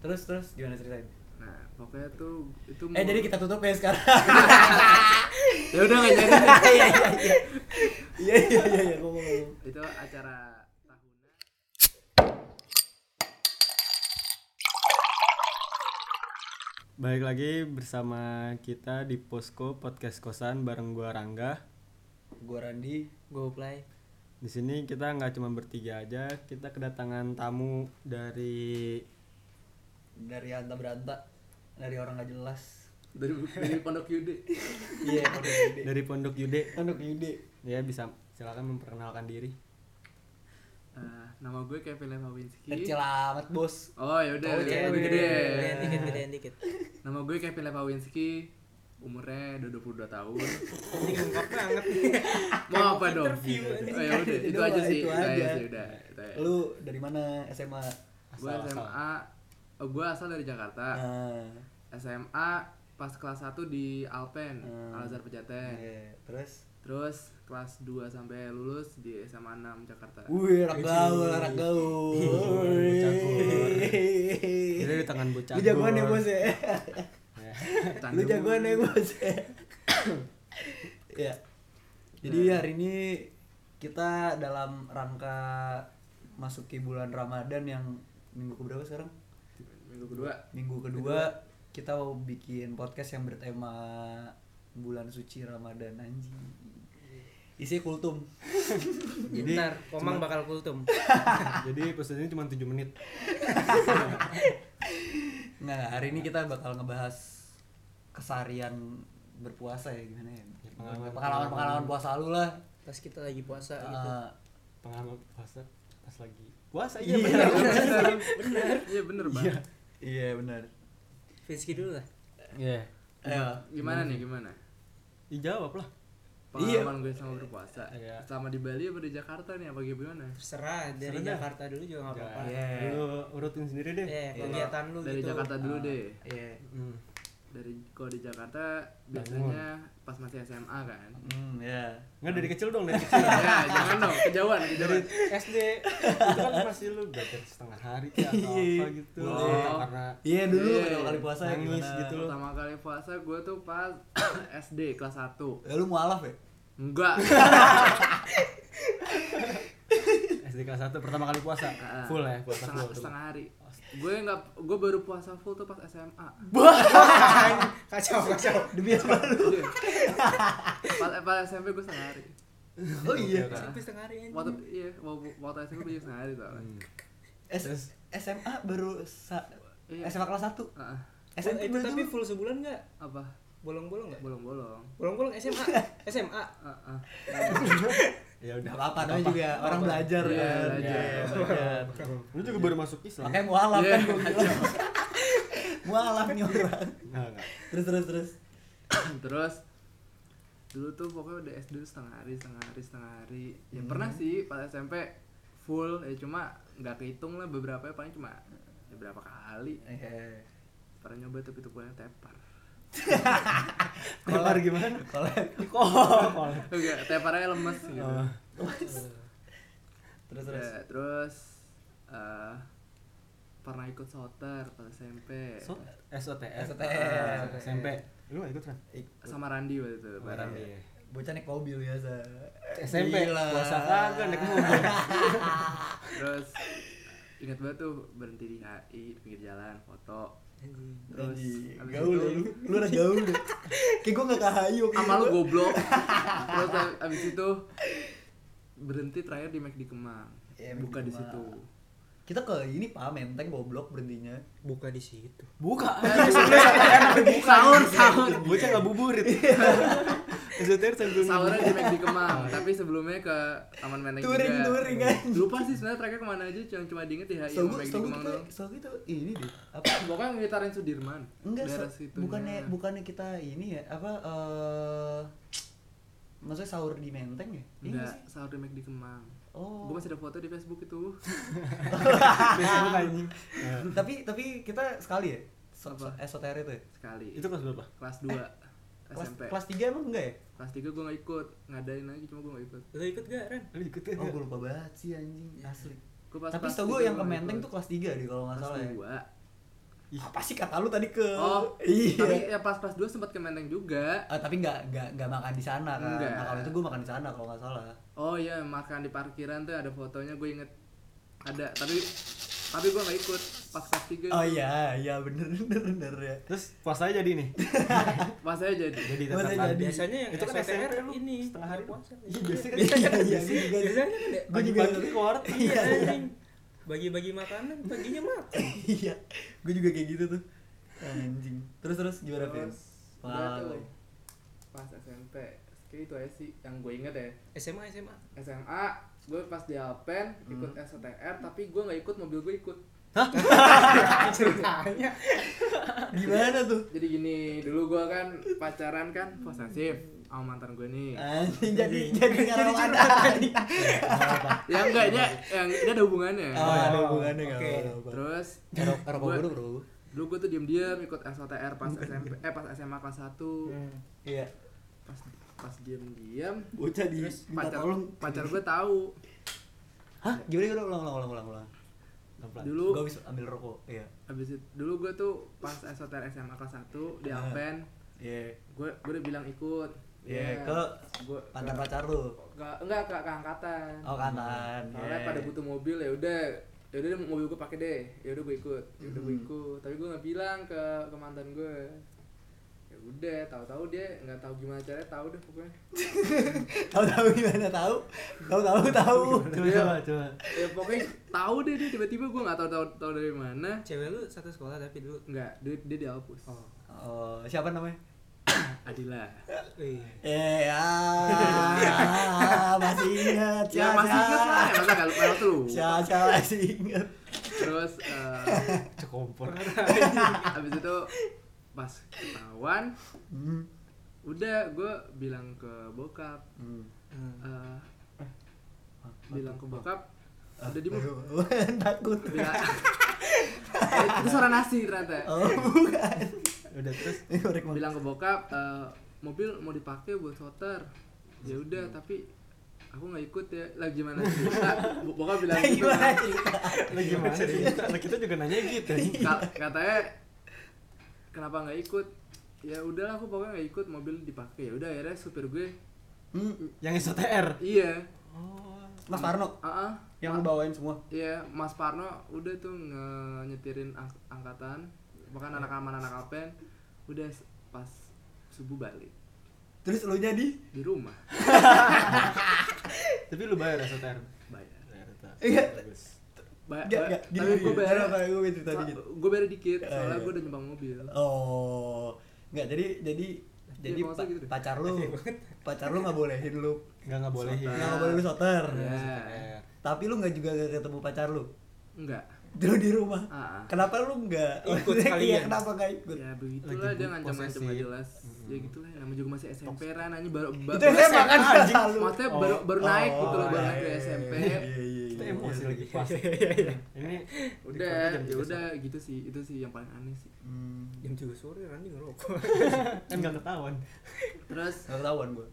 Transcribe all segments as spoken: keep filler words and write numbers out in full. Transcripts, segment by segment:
Terus terus gimana ceritain? Nah, pokoknya tuh itu Eh jadi kita tutup ya sekarang. Ya udah enggak jadi. Iya iya iya. Iya iya iya iya ngomong. Itu acara tahunan. Balik lagi bersama kita di Posko Podcast Kosan bareng gua Rangga, Gua Randi, Go play. Di sini kita nggak cuma bertiga aja, kita kedatangan tamu dari dari anta beranta, dari orang nggak jelas. Dari dari Pondok Yude. Iya Pondok Yude. dari Pondok Yude. Pondok Yude. Ya bisa silakan memperkenalkan diri. Uh, nama gue Kevin Lewawinski. Kecil amat bos. Oh ya udah, Oh, lebih cewek. gede. Gedean dikit, gedean dikit. Nama gue Kevin Lewawinski. Umurnya udah dua puluh dua tahun. Ini lengkap banget. Mau apa dong? Interview Oh ini. ya udah, itu Doang, aja sih. itu Itu aja aja. sih udah. Itu aja. Lu dari mana S M A? Gue S M A. Oh, gue asal dari Jakarta. Nah, S M A pas kelas satu di Alpen, Hmm. Al Azhar Pejaten. iya. Terus? Terus kelas dua sampai lulus di S M A enam Jakarta. Wih, anak gaul, anak gaul. Bocagor. Jadi di tangan bocah. Lu jagoan ya bos ya. Ya. Lu jagoan ya bos ya. Ya. Jadi hari ini kita dalam rangka masuki bulan Ramadan yang minggu keberapa sekarang? Minggu kedua. Minggu kedua kita mau bikin podcast yang bertema bulan suci Ramadan anjing. Isi kultum. Jadi Ntar Komang bakal kultum. Jadi episode ini cuma tujuh menit. Nah, hari ini kita bakal ngebahas keseharian berpuasa ya gimana ya? Pengalaman- Pengalaman-pengalaman puasa lu lah. Pas kita lagi puasa gitu. Uh, Pengalaman puasa pas lagi puasa Iya, iya benar. Bener. Iya bener bang. Iya. iya benar. Fiski dulu lah. Iya. Ayo. Gimana nih gimana? Dijawab lah. Pengalaman gue sama berpuasa. Iya. Selama di Bali apa di Jakarta nih apa gimana? Terserah dari Terserah. Jakarta dulu juga enggak apa-apa. Iya. Lu urutin sendiri deh. Eh, Iya. kegiatan lu Dari gitu. Jakarta dulu Ah, deh. Iya. Hmm. Dari kalau di Jakarta biasanya pas masih S M A kan. Hmm, ya. Enggak dari kecil dong, dari kecil. Ya jangan dong kejauhan Dari kejauhan. S D itu kan masih lu belajar setengah hari kayak atau apa gitu. Oh. Karena Iya dulu Iya. pertama kali puasa ya Nangis gimana? gitu loh. Pertama kali puasa gue tuh pas S D kelas satu. Ya, lu mualaf ya? Enggak. S D kelas satu pertama kali puasa Ah, full ya, puasa setengah, full. setengah hari. Gue nggak, gue baru puasa full tuh pas S M A. Kacau, kacau. Demi apa lu? pas, pas S M P gue setengah hari. Oh iya. Oke, oke. Sampai setengah hari aja. Waktu iya, waktu waktu S M P gue juga setengah hari tuh. Hmm. S S M A baru sa- Iya. S M A kelas satu. Heeh. S M P itu baru tapi dulu. full sebulan enggak? Apa? Bolong-bolong enggak? Bolong-bolong. Bolong-bolong S M A. S M A. Heeh. Ya udah. Enggak apa-apa namanya juga orang belajar Iya, kan. belajar. Iya, belajar. Lu juga baru masuk Islam. Makanya mualaf Iya, kan gua bilang. Mualaf nih orang. Enggak, enggak. Terus terus terus. Terus dulu tuh pokoknya udah S D tuh setengah hari, setengah hari, setengah hari. Ya Hmm. pernah sih pas S M P full, ya cuma nggak kehitung lah beberapa, paling cuma ya berapa kali. Eh. Pernah nyoba tapi itu kuliah tepar. Kelar gimana? Kalau Oh. Enggak, teparnya lemes gitu. Oh. terus terus. Ya, terus eh, pernah ikut soter pas S M P. So, S O T R. S O T R. S M P. Lu enggak ikut kan? Sama Randi waktu itu bareng. Iya. Bocah naik mobil biasa. S M P Gila. puasa kagak naik mobil. Terus ingat banget tuh berhenti di H I di pinggir jalan foto. Terus Anjing, abis gaul itu- ya lu. Lu anak gaul deh. Kayak gua enggak kahayu sama lu goblok. Terus abis itu berhenti terakhir di McD Kemang. Iya, McD Buka di Kemang. situ. Kita ke ini Pak Menteng goblok berhentinya. Buka di situ. Buka. Sahur, sahur. Bocah enggak buburit. S O T R sambil Sahurnya di McD Kemang, tapi sebelumnya ke Taman Menteng juga. Touring touring kan. Lupa sih sebenarnya terakhir kemana aja, cuma cuma diinget di H I Setahu sama gua, McD setahu Kemang kita, doang. setahu kita ini deh. Apa? Pokoknya ngitarin Sudirman. Enggak, daerah so, situnya. bukannya bukannya kita ini ya, apa eh maksudnya sahur di Menteng ya? Iya nggak Enggak, sih? sahur di McD Kemang. Oh. Gue masih ada foto di Facebook itu. Facebook anjing. tapi tapi kita sekali ya? So, Apa? S O T R itu ya? Sekali. Itu kelas berapa? kelas dua Kelas, S M P. kelas tiga emang enggak ya? Kelas tiga gue gak ikut, ngadain lagi cuma gue gak ikut. Lu ikut gak, Ran? Lu ikut kan? Oh, gue lupa banget sih anjing, asli. Gua pas Tapi kelas setahu gue tiga yang ke gua nggak Menteng ikut. tuh kelas tiga deh kalau nggak Kelas salah ya. dua Apa sih kata lu tadi ke? Oh, iya. tapi ya pas kelas dua sempat ke Menteng juga. Ah, tapi nggak nggak nggak makan di sana kan? Enggak. Nah, kalau itu gue makan di sana kalau nggak salah. Oh iya, makan di parkiran tuh ada fotonya, gue inget ada, tapi tapi gue nggak ikut pas kelas tiga. Oh iya, iya bener bener bener ya. Terus puasanya jadi nih. Pas saya jadi. Jadi Puasa tetap jadi. Biasanya yang Itu kan S O T R S M P lu ini setengah hari puasa. Iya biasanya iya iya iya gue juga. Biasanya kan ya, Gue juga pagi-pagi ke warteg. iya anjing. Bagi-bagi makanan, paginya makan. Iya. Gue juga kayak gitu tuh. Anjing. Terus terus gimana Vin? Terus gue Wah. tuh pas S M P, kayak itu aja sih yang gue inget ya. S M A S M A. S M A gue pas di Alpen ikut S O T R, tapi gue nggak ikut, mobil gue ikut. Ceritanya. Gimana tuh? Jadi gini, dulu gue kan pacaran kan posesif sama mantan gue nih. Anjing jadi jadi ngarawan. Ya enggak, ini yang ini ada hubungannya. Oh, ada hubungannya enggak Oke. apa-apa. Terus Rokok gua- dulu, Bro. dulu gue tuh diem-diem ikut S O T R pas S M P, eh pas S M A kelas satu. Iya. Pas pas diem-diem Bocah di minta pacar tolong. pacar gue tahu. Hah? Gimana gimana ulang ulang ulang ulang ulang. Dulu Gua habis ambil rokok. Iya. abis itu dulu gue tuh pas S O T R S M A kelas satu di Ah. Alpen, Iya. gue gue udah bilang ikut. Iya, Ya, ke gue mantan pacar lu. ke, enggak ke, ke angkatan. Oh, kantan. Soalnya Iya. pada butuh mobil, ya udah ya udah mobil gue pakai deh, ya udah gue ikut, ya udah gue Hmm. ikut, tapi gue nggak bilang ke ke mantan gue. Ya udah, tahu-tahu dia nggak tahu gimana caranya, tahu deh pokoknya. Tahu-tahu gimana tahu? Tahu-tahu tahu. Coba coba coba. Ya pokoknya tahu deh dia, tiba-tiba gue nggak tahu tahu tahu dari mana. Cewek lu satu sekolah tapi dulu. Enggak, dia dia di Alpus. Oh. Oh, siapa namanya? Adila. Wih. Eh, ah, masih ingat. Ya masih inget lah, ya, masa gak lupa tuh. Siapa siapa masih ingat. Terus eh, Cekompor. abis itu pas ketahuan, Hmm. udah gue bilang ke bokap, Hmm. eh, bilang ke bokap, udah di Aduh, takut. bilang, eh, itu suara nasi ternyata. Oh, bukan. Udah terus Ini korek mau. Bilang ke bokap, eh, mobil mau dipakai buat soter. Ya udah, tapi aku nggak ikut ya. Lah gimana sih? Nah, bo- bokap bilang gitu. Gimana Kan. sih? lagi gimana sih? Kita, kita juga nanya gitu nih. Ka- katanya kenapa nggak ikut? Ya udahlah, aku pokoknya nggak ikut, mobil dipakai. Ya udah, akhirnya supir gue, Hmm. Yang S O T R. iya, Oh. Mas Parno ah, ah, yang lu bawain semua. iya, Mas Parno udah tuh nge- nyetirin ang- angkatan, bahkan anak aman anak Alpen, udah s- pas subuh balik Terus lu jadi? di rumah Tapi lu bayar S O T R. bayar. Iya. Bagus. Ba- Enggak, ba- enggak. Gini, tapi gue gini. bayar, Apa gue cerita dikit. gue bayar dikit, Ah, soalnya iya. gue udah nyumbang mobil. Oh. Enggak, jadi jadi jadi kalau pa- gitu deh. pacar lu pacar lu nggak bolehin lu Enggak enggak bolehin. Soter. nggak boleh lu soter. Iya. S O T R. Tapi lu nggak juga gak ketemu pacar lu. Enggak. Dulu di rumah. Ah, ah. Kenapa lu nggak Ikut Iya, sekalian. kenapa nggak ikut? Ya begitulah, Lagi dia ngancam-ngancam gak posesif. jelas. Ya gitulah, namanya juga masih S M P ran, anjing baru ba- Itu S M A kan anjing. lalu. maksudnya Oh. baru baru naik gitu loh, Oh, baru iya, naik dari iya, S M P. iya, iya, iya, Kita iya, emosi iya. lagi pas. Ini Udah, recordnya jam ya tiga udah gitu sih, itu sih yang paling aneh sih. Hmm. Jam tiga sore Randi ngerokok. sore. Kan enggak ketahuan. Terus Nggak ketahuan gua.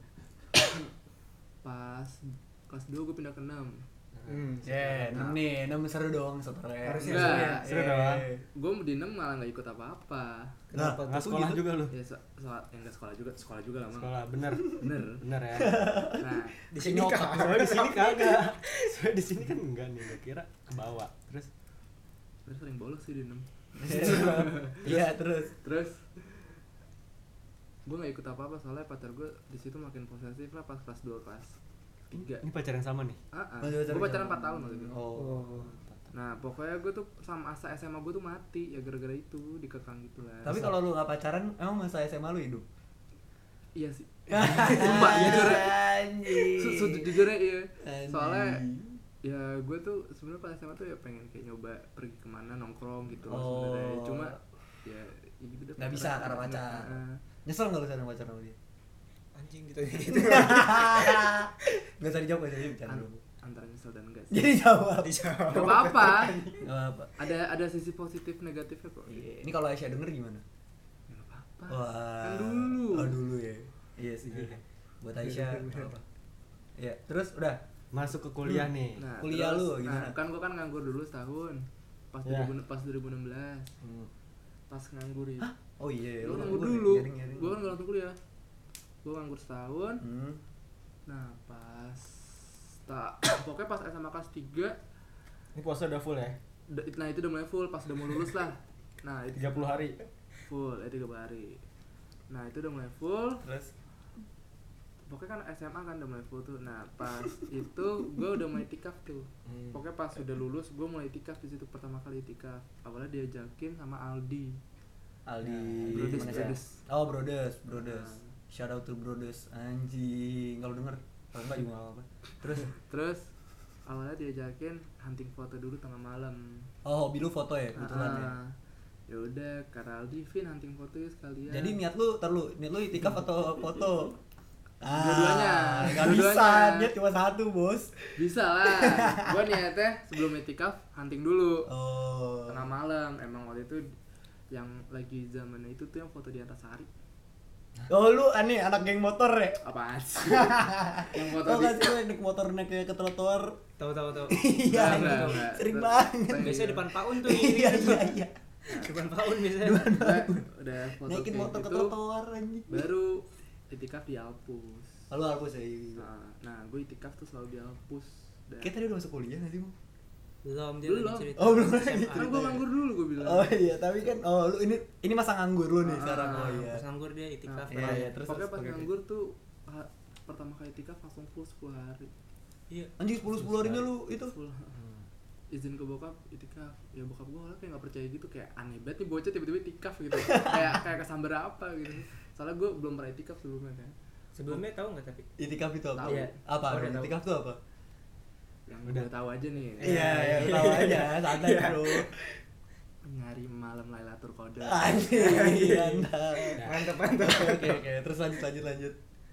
pas kelas dua gue pindah ke enam. Hmm. Ya, enam nih, enam seru dong soternya. Harusnya Enggak, seru ya. seru dong. Gue di enam malah nggak ikut apa-apa. Kenapa? Enggak tuh sekolah gitu? juga lu. Ya so, soal yang nggak sekolah juga, sekolah juga lah mang. Sekolah bener. Bener. Bener ya. Nah, Di sini Nyokap. kan. Soalnya di sini kagak. Soalnya di sini kan enggak nih, gua kira ke bawah. Terus gue sering bolos sih di enam. Iya, terus. Terus gue nggak ikut apa-apa soalnya pacar gue di situ makin posesif lah pas kelas dua kelas tiga. ini pacaran sama nih. Ah, ah. Masih Gue pacaran empat tahun waktu itu. Oh. Oh. Nah pokoknya gue tuh sama asa S M A gue tuh mati ya gara-gara itu, dikekang gitu lah. Tapi kalau lu nggak pacaran, emang masa S M A lu hidup? iya sih. Sumpah jujur ya. Anjing. Su- su- jujur ya iya. Anjing. Soalnya ya gue tuh sebenarnya pas S M A tuh ya pengen kayak nyoba pergi kemana nongkrong gitu loh Oh. sebenarnya. Cuma ya, ya gitu deh. Nggak bisa karena pacar. Nah, Nyesel nggak lu sekarang pacaran sama dia? Anjing ditanya gitu. Gak usah dijawab, gak usah dijawab. an- dulu. antara nyesel dan enggak sih. Jadi jawab. Dijawab. Gak apa-apa. Gak apa. Ada ada sisi positif negatifnya kok. Iya. Ini kalau Aisyah denger gimana? Gak apa-apa. Wah. Kan dulu. Oh dulu ya. Iya sih. Buat Aisyah. nggak apa. Iya. Terus udah. Masuk ke kuliah nih. Nah, Kuliah terus, lu gimana? Nah, kan gua kan nganggur dulu setahun. Pas Ya. dua ribu, pas dua ribu enam belas. Hmm. pas nganggur itu. Oh iya, Gue lu nganggur nganggur, dulu. garing-garing. Gue kan gak langsung kuliah. Gue nganggur setahun. Hmm. Nah pas tak pokoknya pas S M A kelas tiga. Ini puasa udah full ya? Nah itu udah mulai full pas udah mau lulus lah. Nah itu tiga puluh hari. full, eh tiga puluh hari. Nah itu udah mulai full. Terus Pokoknya kan S M A kan udah mulai full tuh. Nah pas itu gue udah mulai itikaf tuh. Hmm. Pokoknya pas udah lulus gue mulai itikaf di situ pertama kali itikaf. Awalnya diajakin sama Aldi. Aldi Brothers, mana sih? Brothers. Oh, Brothers, Brothers. Nah. Shout out to Brothers. Anjing, kalau denger kalau enggak juga enggak apa-apa. Terus Terus awalnya diajakin hunting foto dulu tengah malam. oh, hobi lu foto ya kebetulan ya. Ah, ya udah kata Aldi, Vin hunting foto ya sekalian. Jadi niat lu, tar lu, niat lu itikaf atau foto? Ah, Dua-duanya, Gak dua-duanya. bisa, niat cuma satu, Bos. Bisa lah. Gue niatnya sebelum itikaf hunting dulu. Oh. Tengah malam. Emang waktu itu yang lagi zamannya itu tuh yang foto di Antasari. Oh, lu aneh anak geng motor ya? Apaan sih? Yang foto Tau di gak sih lu yang naik motor naik ke trotoar? Tahu tahu tahu. Iya, Enggak, enggak, enggak. sering Ter- banget. ter- Biasanya depan paun tuh. Iya, iya, iya. Depan paun biasanya. udah, udah foto Naikin kayak motor ke gitu, trotoar anjing. baru itikaf di Alpus. Lalu hapus ya. Iya. Nah, nah gue itikaf tuh selalu di Alpus. Dan Kayak tadi udah masuk kuliah gak sih, Mo? Belum dia Belum. lagi cerita. Oh, belum lagi S M A. kan gue nganggur dulu gue bilang. Oh iya, tapi kan oh lu ini ini masa nganggur lu nih Ah, sekarang. Oh iya. Pas nganggur dia itikaf. Nah, Iya, pas- iya, terus, pokoknya terus, pas oke, oke. nganggur tuh ha- pertama kali itikaf langsung full sepuluh hari. Iya. Anjing sepuluh sepuluh harinya lu itu. Full. Izin ke bokap itikaf. Ya bokap gue malah kayak gak percaya gitu, kayak aneh banget nih bocah tiba-tiba itikaf gitu. kayak kayak kesambar apa gitu. Soalnya gue belum pernah itikaf sebelumnya kan. Sebelumnya tahu nggak tapi? Itikaf itu apa? Tahu. Iya. Apa? Oh, udah tahu. Itikaf itu apa? Yang Udah. gue tahu aja nih. Iya, ya tahu aja, santai bro. Nyari malam Lailatul Qadar. Anjing, mantap. Mantap mantap. Oke, oke, terus lanjut lanjut lanjut.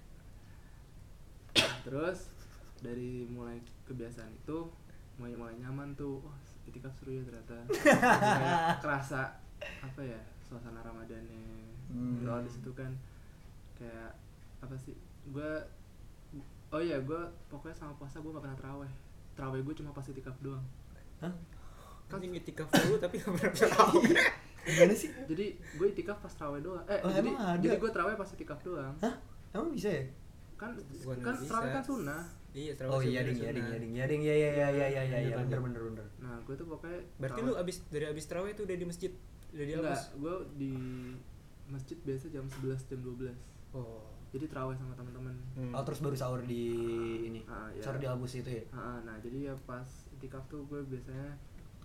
Terus dari mulai kebiasaan itu mulai mulai nyaman tuh. Wah, itikaf seru ya ternyata. Kayak kerasa apa ya? Suasana Ramadannya. Hmm. Kalau di situ kan kayak apa sih? Gua oh iya, gua pokoknya sama puasa gua gak pernah terawih. Terawih gua cuma pas itikaf doang. Hah? Kan itikaf dulu tapi nggak pernah tahu. Gimana sih? Jadi gua itikaf pas terawih doang. Eh, Oh, jadi emang ada? jadi gua terawih pas itikaf doang. Hah? Emang bisa ya? Kan Bukan kan bisa. terawih kan sunnah. Iya, Oh iya ding, iya ding, iya ding, iya ding, iya iya iya iya iya iya iya bener bener bener. Nah, gua tuh pokoknya Berarti lu abis dari abis terawih tuh udah di masjid, udah di enggak, Albus. gua di masjid biasa jam sebelas jam dua belas. Oh. Jadi terawih sama teman-teman. Hmm. Oh terus baru sahur di ini, Ah, iya. sahur di Albus itu ya? Ah, nah jadi ya pas itikaf tuh gue biasanya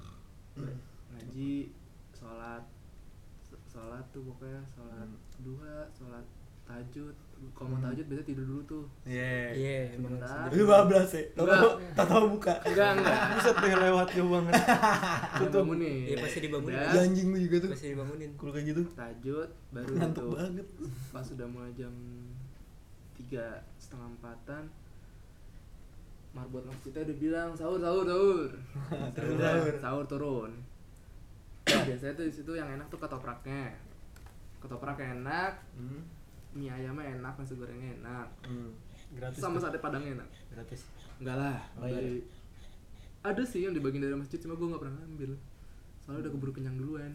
ngaji, sholat, sholat tuh pokoknya sholat duha, sholat tahajud. Kalau mau Hmm. tahajud biasanya tidur dulu tuh. Iya. Iya, emang Sebentar. Lu bablas ya? Enggak. Tahu tahu buka. Enggak enggak. Buset deh lewat jauh banget. Tutup bangunin. Iya, pasti dibangunin. Udah, Ya anjing lu juga tuh. pasti dibangunin. Kalau kayak gitu tahajud baru ngantuk tuh. banget. Pas udah mulai jam tiga setengah empatan, marbot masjidnya udah bilang sahur sahur sahur. Turun, Udah, sahur. sahur turun. Nah, biasanya tuh di situ yang enak tuh ketopraknya. Ketoprak enak, Hmm. mie ayamnya enak, nasi gorengnya enak, Hmm. Gratis. sama tuh. sate padangnya enak. Gratis. Enggak lah, Oh, iya. dari- ada sih yang dibagiin dari masjid cuma gue nggak pernah ngambil. Soalnya udah keburu kenyang duluan.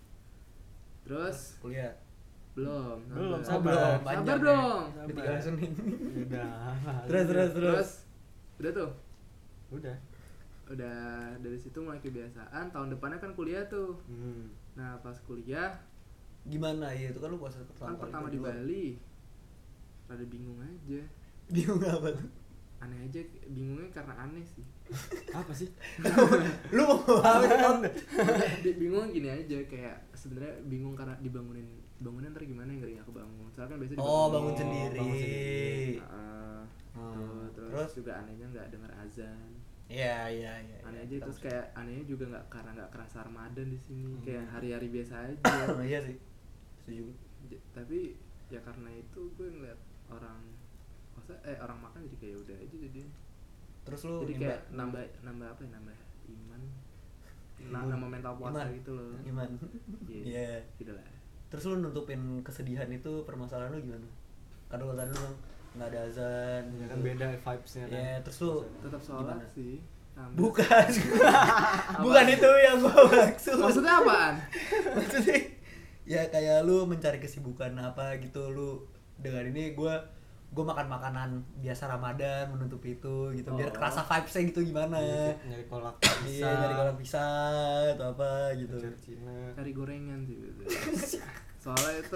Terus Kuliah. belum, Belum, sabar. sabar. belum, Sabar panjang ya. dong. Ketika Senin. Udah. Terus terus terus. Terus udah tuh, Udah. udah dari situ mulai kebiasaan. Tahun depannya kan kuliah tuh. Hmm. Nah pas kuliah Gimana ya itu kan lu puasa pertama kan kali pertama di kedua. Bali, rada bingung aja. Bingung apa tuh? Aneh aja, bingungnya karena aneh sih. Apa sih? Lu mau apa kan? Di- Bingungnya gini aja, kayak sebenarnya bingung karena dibangunin bangunin ntar gimana ngeri nggak kebangun. Soalnya kan biasanya Oh, dibangunin. bangun sendiri. bangun sendiri. Heeh. Hmm. Tuh, terus, Terus? juga anehnya nggak dengar azan. Iya, iya, iya. Aneh iya, aja, kita terus maksud. kayak anehnya juga nggak karena nggak kerasa Ramadan di sini, Hmm. kayak hari-hari biasa aja. Iya sih. Setuju. J- Tapi ya karena itu gue ngeliat orang masa eh orang makan jadi kayak udah aja jadi. Terus lu Jadi nimba- kayak nambah nambah apa ya, nambah iman. Nah, Imun. nama mental puasa Iman. gitu loh. Iman. Iya. Iya. Gitu lah. Terus lu nutupin kesedihan itu permasalahan lu gimana? Kadang lu tadi lu bilang nggak ada azan. Ya kan beda vibes-nya kan. Iya, terus lu Tetap sholat Gimana? sih. Nambah. bukan. Bukan itu yang gua maksud. Maksudnya apaan? Maksudnya Ya kayak lu mencari kesibukan apa gitu, lu dengan ini gue gue makan makanan biasa Ramadan menutupi itu gitu, biar Oh. kerasa vibes-nya gitu gimana. Nyari kolak Iya, dari kolak pisang atau apa gitu. Pacar Cina. Cari gorengan sih gitu. Soalnya itu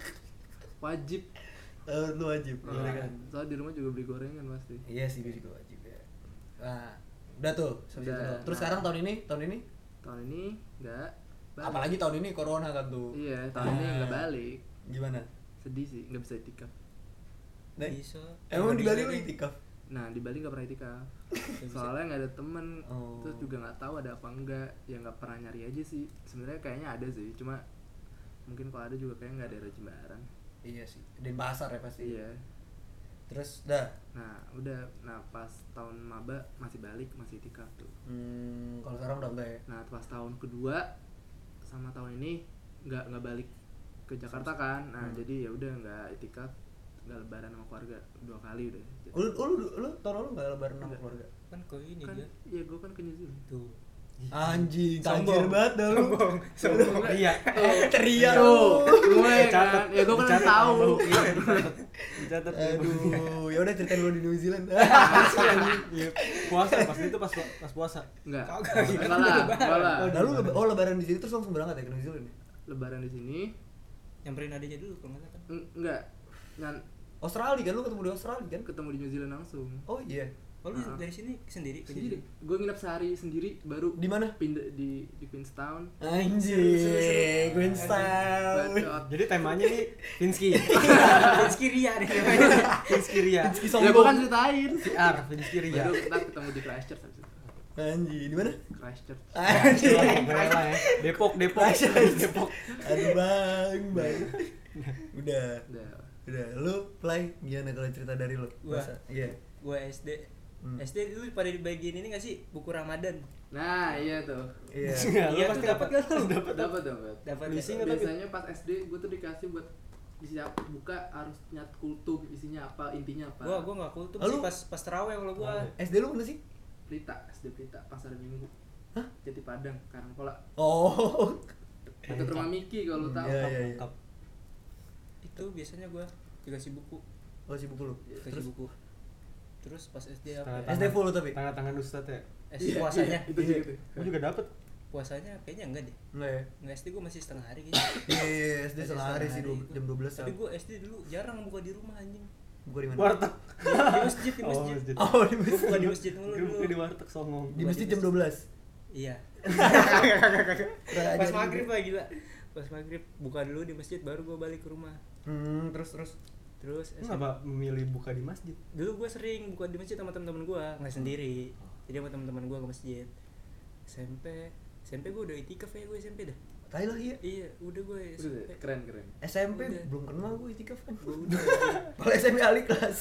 wajib. Eh, lu wajib Nah, gorengan. soalnya di rumah juga beli gorengan pasti. Iya sih, gue juga wajib ya. Nah, udah tuh. sampai Udah. situ. Terus Nah. sekarang tahun ini, tahun ini Tahun ini enggak balik. apalagi tahun ini corona kan tuh. Iya, tahun ini Ah. enggak balik. Gimana? Sedih sih, enggak bisa itikaf. Nek? Bisa. Emang di Bisa Bali lu nih. itikaf? Nah, di Bali enggak pernah itikaf. bisa. Soalnya enggak ada temen, Oh. terus juga nggak tahu ada apa enggak, ya nggak pernah nyari aja sih. Sebenarnya kayaknya ada sih, cuma mungkin kalau ada juga kayaknya nggak ada Jimbaran. Iya sih. Dan pasar ya pasti. Iya. Terus dah. Nah, udah, nah pas tahun maba masih balik, masih itikaf tuh. Hmm, kalau sekarang udah enggak ya? Nah, pas tahun kedua sama tahun ini nggak nggak balik ke Jakarta kan. Nah, Hmm. jadi ya udah nggak itikaf, nggak lebaran sama keluarga dua kali udah. Lu lu lu, lu tahun lalu enggak lebaran sama Enggak. keluarga? Kan kau ini Kan, dia. ya gue kan ke New Zealand. Tuh. Anjing, Sombong. tajir banget dah lu. Sombong. Iya. Teriak Tuh, lu. gue kan, ya gue kan Dicatat tahu. sama lu. Iya, dicatat. Dicatat. Aduh, ya udah ceritain lu di New Zealand. Iya. Puasa pas itu pas pas puasa. Enggak. Kagak, gitu. Enggak lah, enggak lah. Oh, lalu leba- oh lebaran di sini terus langsung berangkat ya ke New Zealand ya? Lebaran di sini Nyamperin adanya dulu kalau nggak salah kan. en- enggak. Ngan Australia kan, lu ketemu di Australia kan? ketemu di New Zealand langsung. Oh iya. Oh lu Ah. dari sini sendiri? ke Sendiri. New Gue nginep sehari sendiri baru Di mana? pindah di di Queenstown. Anjing, Queenstown. Bacot. Jadi temanya nih Finsky. Zealand? Rizky Ria deh namanya. Finsky Ria. Rizky Ya gue kan sombong. ceritain. V R Finsky Ria. Baru kita ketemu di Christchurch habis itu. Anjing, di mana? Christchurch. Anjing. Bela ya. Depok, Depok, Depok. Aduh bang, bang. Udah, Udah. udah. Lu play gimana kalau cerita dari lu? Gua. Masa? Iya. Gua S D. Hmm. S D dulu pada dibagiin ini nggak sih buku Ramadan? Nah, iya tuh. Iya. Lu Iya, pasti tuh dapat dapat kan? Dapat. Dapat dapat. Dapat Lu ya? isi nggak tapi? Biasanya pas S D gue tuh dikasih buat isinya buka harus nyat kultum, isinya apa, intinya apa. Gua gua nggak kultum Lalu- sih pas pas terawih kalau gua. S D lu mana sih? Pelita, S D Pelita, Pasar Minggu. Hah? Jati Padang, Karangkola. Oh. Dekat rumah Miki kalau lu tahu. Iya, iya, iya. Lengkap. Itu biasanya gua dikasih buku, Oh, si buku lu. dikasih Terus buku. Terus pas S D apa? Setengah ya? S D full tapi. Tanda tangan Ustadz ya. S D puasanya. Iya, itu Iya. gitu. Gua juga dapat. Puasanya kayaknya enggak deh. Enggak ya? Nggak S D gua masih setengah hari kayaknya. Iya, iya, iya, S D S D setengah hari sih, setengah dua- hari. jam dua belas Tapi jam. gua S D dulu jarang buka di rumah anjing. Buka di mana? Warteg. Di, di masjid, di Oh, masjid. masjid. Oh, di Gua masjid. buka di masjid mulu Gua dulu. di warteg songong. Di masjid jam dua belas. Iya. Kurang Pas ajar maghrib juga. lah gila. Pas maghrib buka dulu di masjid baru gua balik ke rumah. Hmm, terus terus. Terus Lu S M P. kenapa memilih buka di masjid? Dulu gue sering buka di masjid sama teman-teman gue, nggak sendiri. Jadi sama teman-teman gue ke masjid. S M P, S M P gue udah itikaf ya gue S M P dah. Tai lah iya. Iya, udah gue S M P. Udah, keren keren. S M P Udah. belum kenal gue itikaf kan. Gue udah Kalau S M P ahli kelas.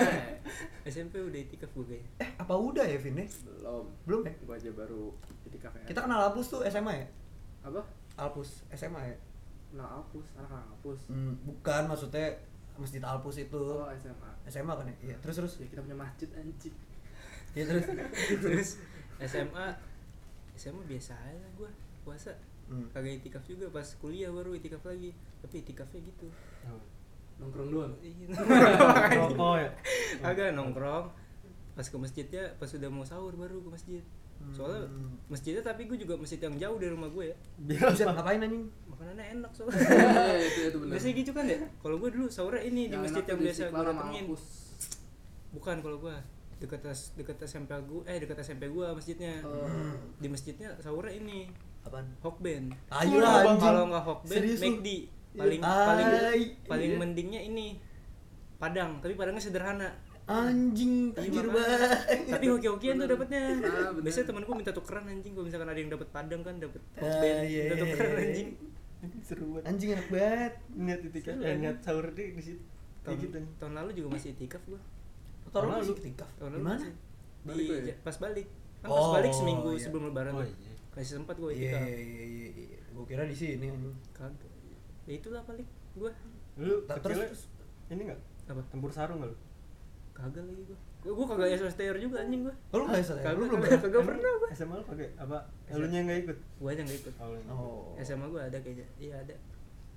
S M P udah itikaf gue kayaknya. Eh, apa udah ya, Vin? ya? Belum. Belum ya? Gua aja baru itikaf ya. Kita kenal Alpus tuh S M A ya? apa? Alpus S M A ya? Nah, Alpus, anak Alpus. Hmm, bukan, maksudnya Masjid Alpus itu. Oh, S M A. S M A kan ya? Iya, terus terus. Ya kita punya masjid anjing. Iya, terus. Terus S M A, S M A biasa aja gue puasa. Hmm. Kagak itikaf juga, pas kuliah baru itikaf lagi. Tapi itikafnya gitu. Nongkrong doang. Iya. Rokok ya. Agak nongkrong. Pas ke masjidnya, pas udah mau sahur baru ke masjid. Soalnya Hmm. masjidnya tapi gue juga masjid yang jauh dari rumah gue ya. Biar Bisa apa? ngapain anjing? Makanannya enak soalnya. Iya, itu itu benar. Biasanya gitu kan ya. Kalau gue dulu sahurnya ini di masjid yang biasa gue datengin. Bukan kalau gue dekat dekat S M P gue, eh dekat S M P gue masjidnya. Oh. Di masjidnya sahurnya ini Apaan? Hokben. Ayo lah anjing. Kalau nggak Hokben, Serius lu? McD. Paling Ay, paling paling iya. mendingnya ini Padang, tapi Padangnya sederhana. Anjing, tajir Iya, banget. Tapi hoki-hokian tuh Bener. dapatnya. Ah, bener. Biasanya temen gue minta tukeran anjing, kalau misalkan ada yang dapat Padang kan dapat Ah, Hokben, iya, minta iya, tukeran iya. anjing. Seru banget. Anjing enak banget. Niat itikaf, Seru, eh, anjing. niat sahur di di situ. Tahun, Kayak gitu nih. tahun lalu juga masih itikaf gue. Tahun lalu. lalu itikaf. Tahun Di lalu mana? masih. Di Balik gue ya? ja- pas balik. Kan pas Oh, balik seminggu iya. sebelum lebaran Oh tuh. iya. Masih sempat gue Iya, itikaf. iya, iya, iya. Gua kira di sini anjing. Kagak. Ya itulah paling gue. Lu Nah, kecilnya terus- ini enggak? Apa? Tempur sarung enggak lu? Kagak lagi gue. Gue gue kagak S S T R juga anjing gue. Oh, lu enggak S M A? Kagak, Lu belum kagak, ya? kagak pernah gue. S M A lu pakai apa? Elunya enggak ikut. Gue aja nggak ikut. Oh, lu nggak ikut. Oh. S M A gue ada kayaknya. Iya ada.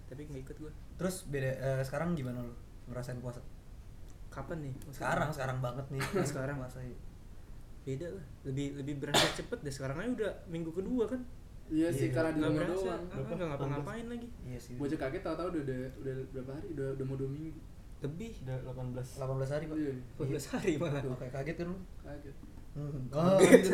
tapi nggak ikut gue. Terus beda uh, sekarang gimana lu ngerasain puasa? Kapan nih? Maksudnya? Sekarang sekarang banget nih. Sekarang puasa. Beda lah, lebih lebih berasa cepet deh. Sekarang aja udah minggu kedua kan. Iya sih, karena di Nggak rumah berasa, doang. ah, nggak ngapa-ngapain lagi. Iya sih. Gue aja kaget tahu-tahu udah, udah udah berapa hari? Udah udah mau dua minggu. Lebih Udah delapan belas. delapan belas hari, Pak. Iya. dua belas hari malah. Tuh, kayak kaget kan lu? Kaget. Hmm. Oh, gitu.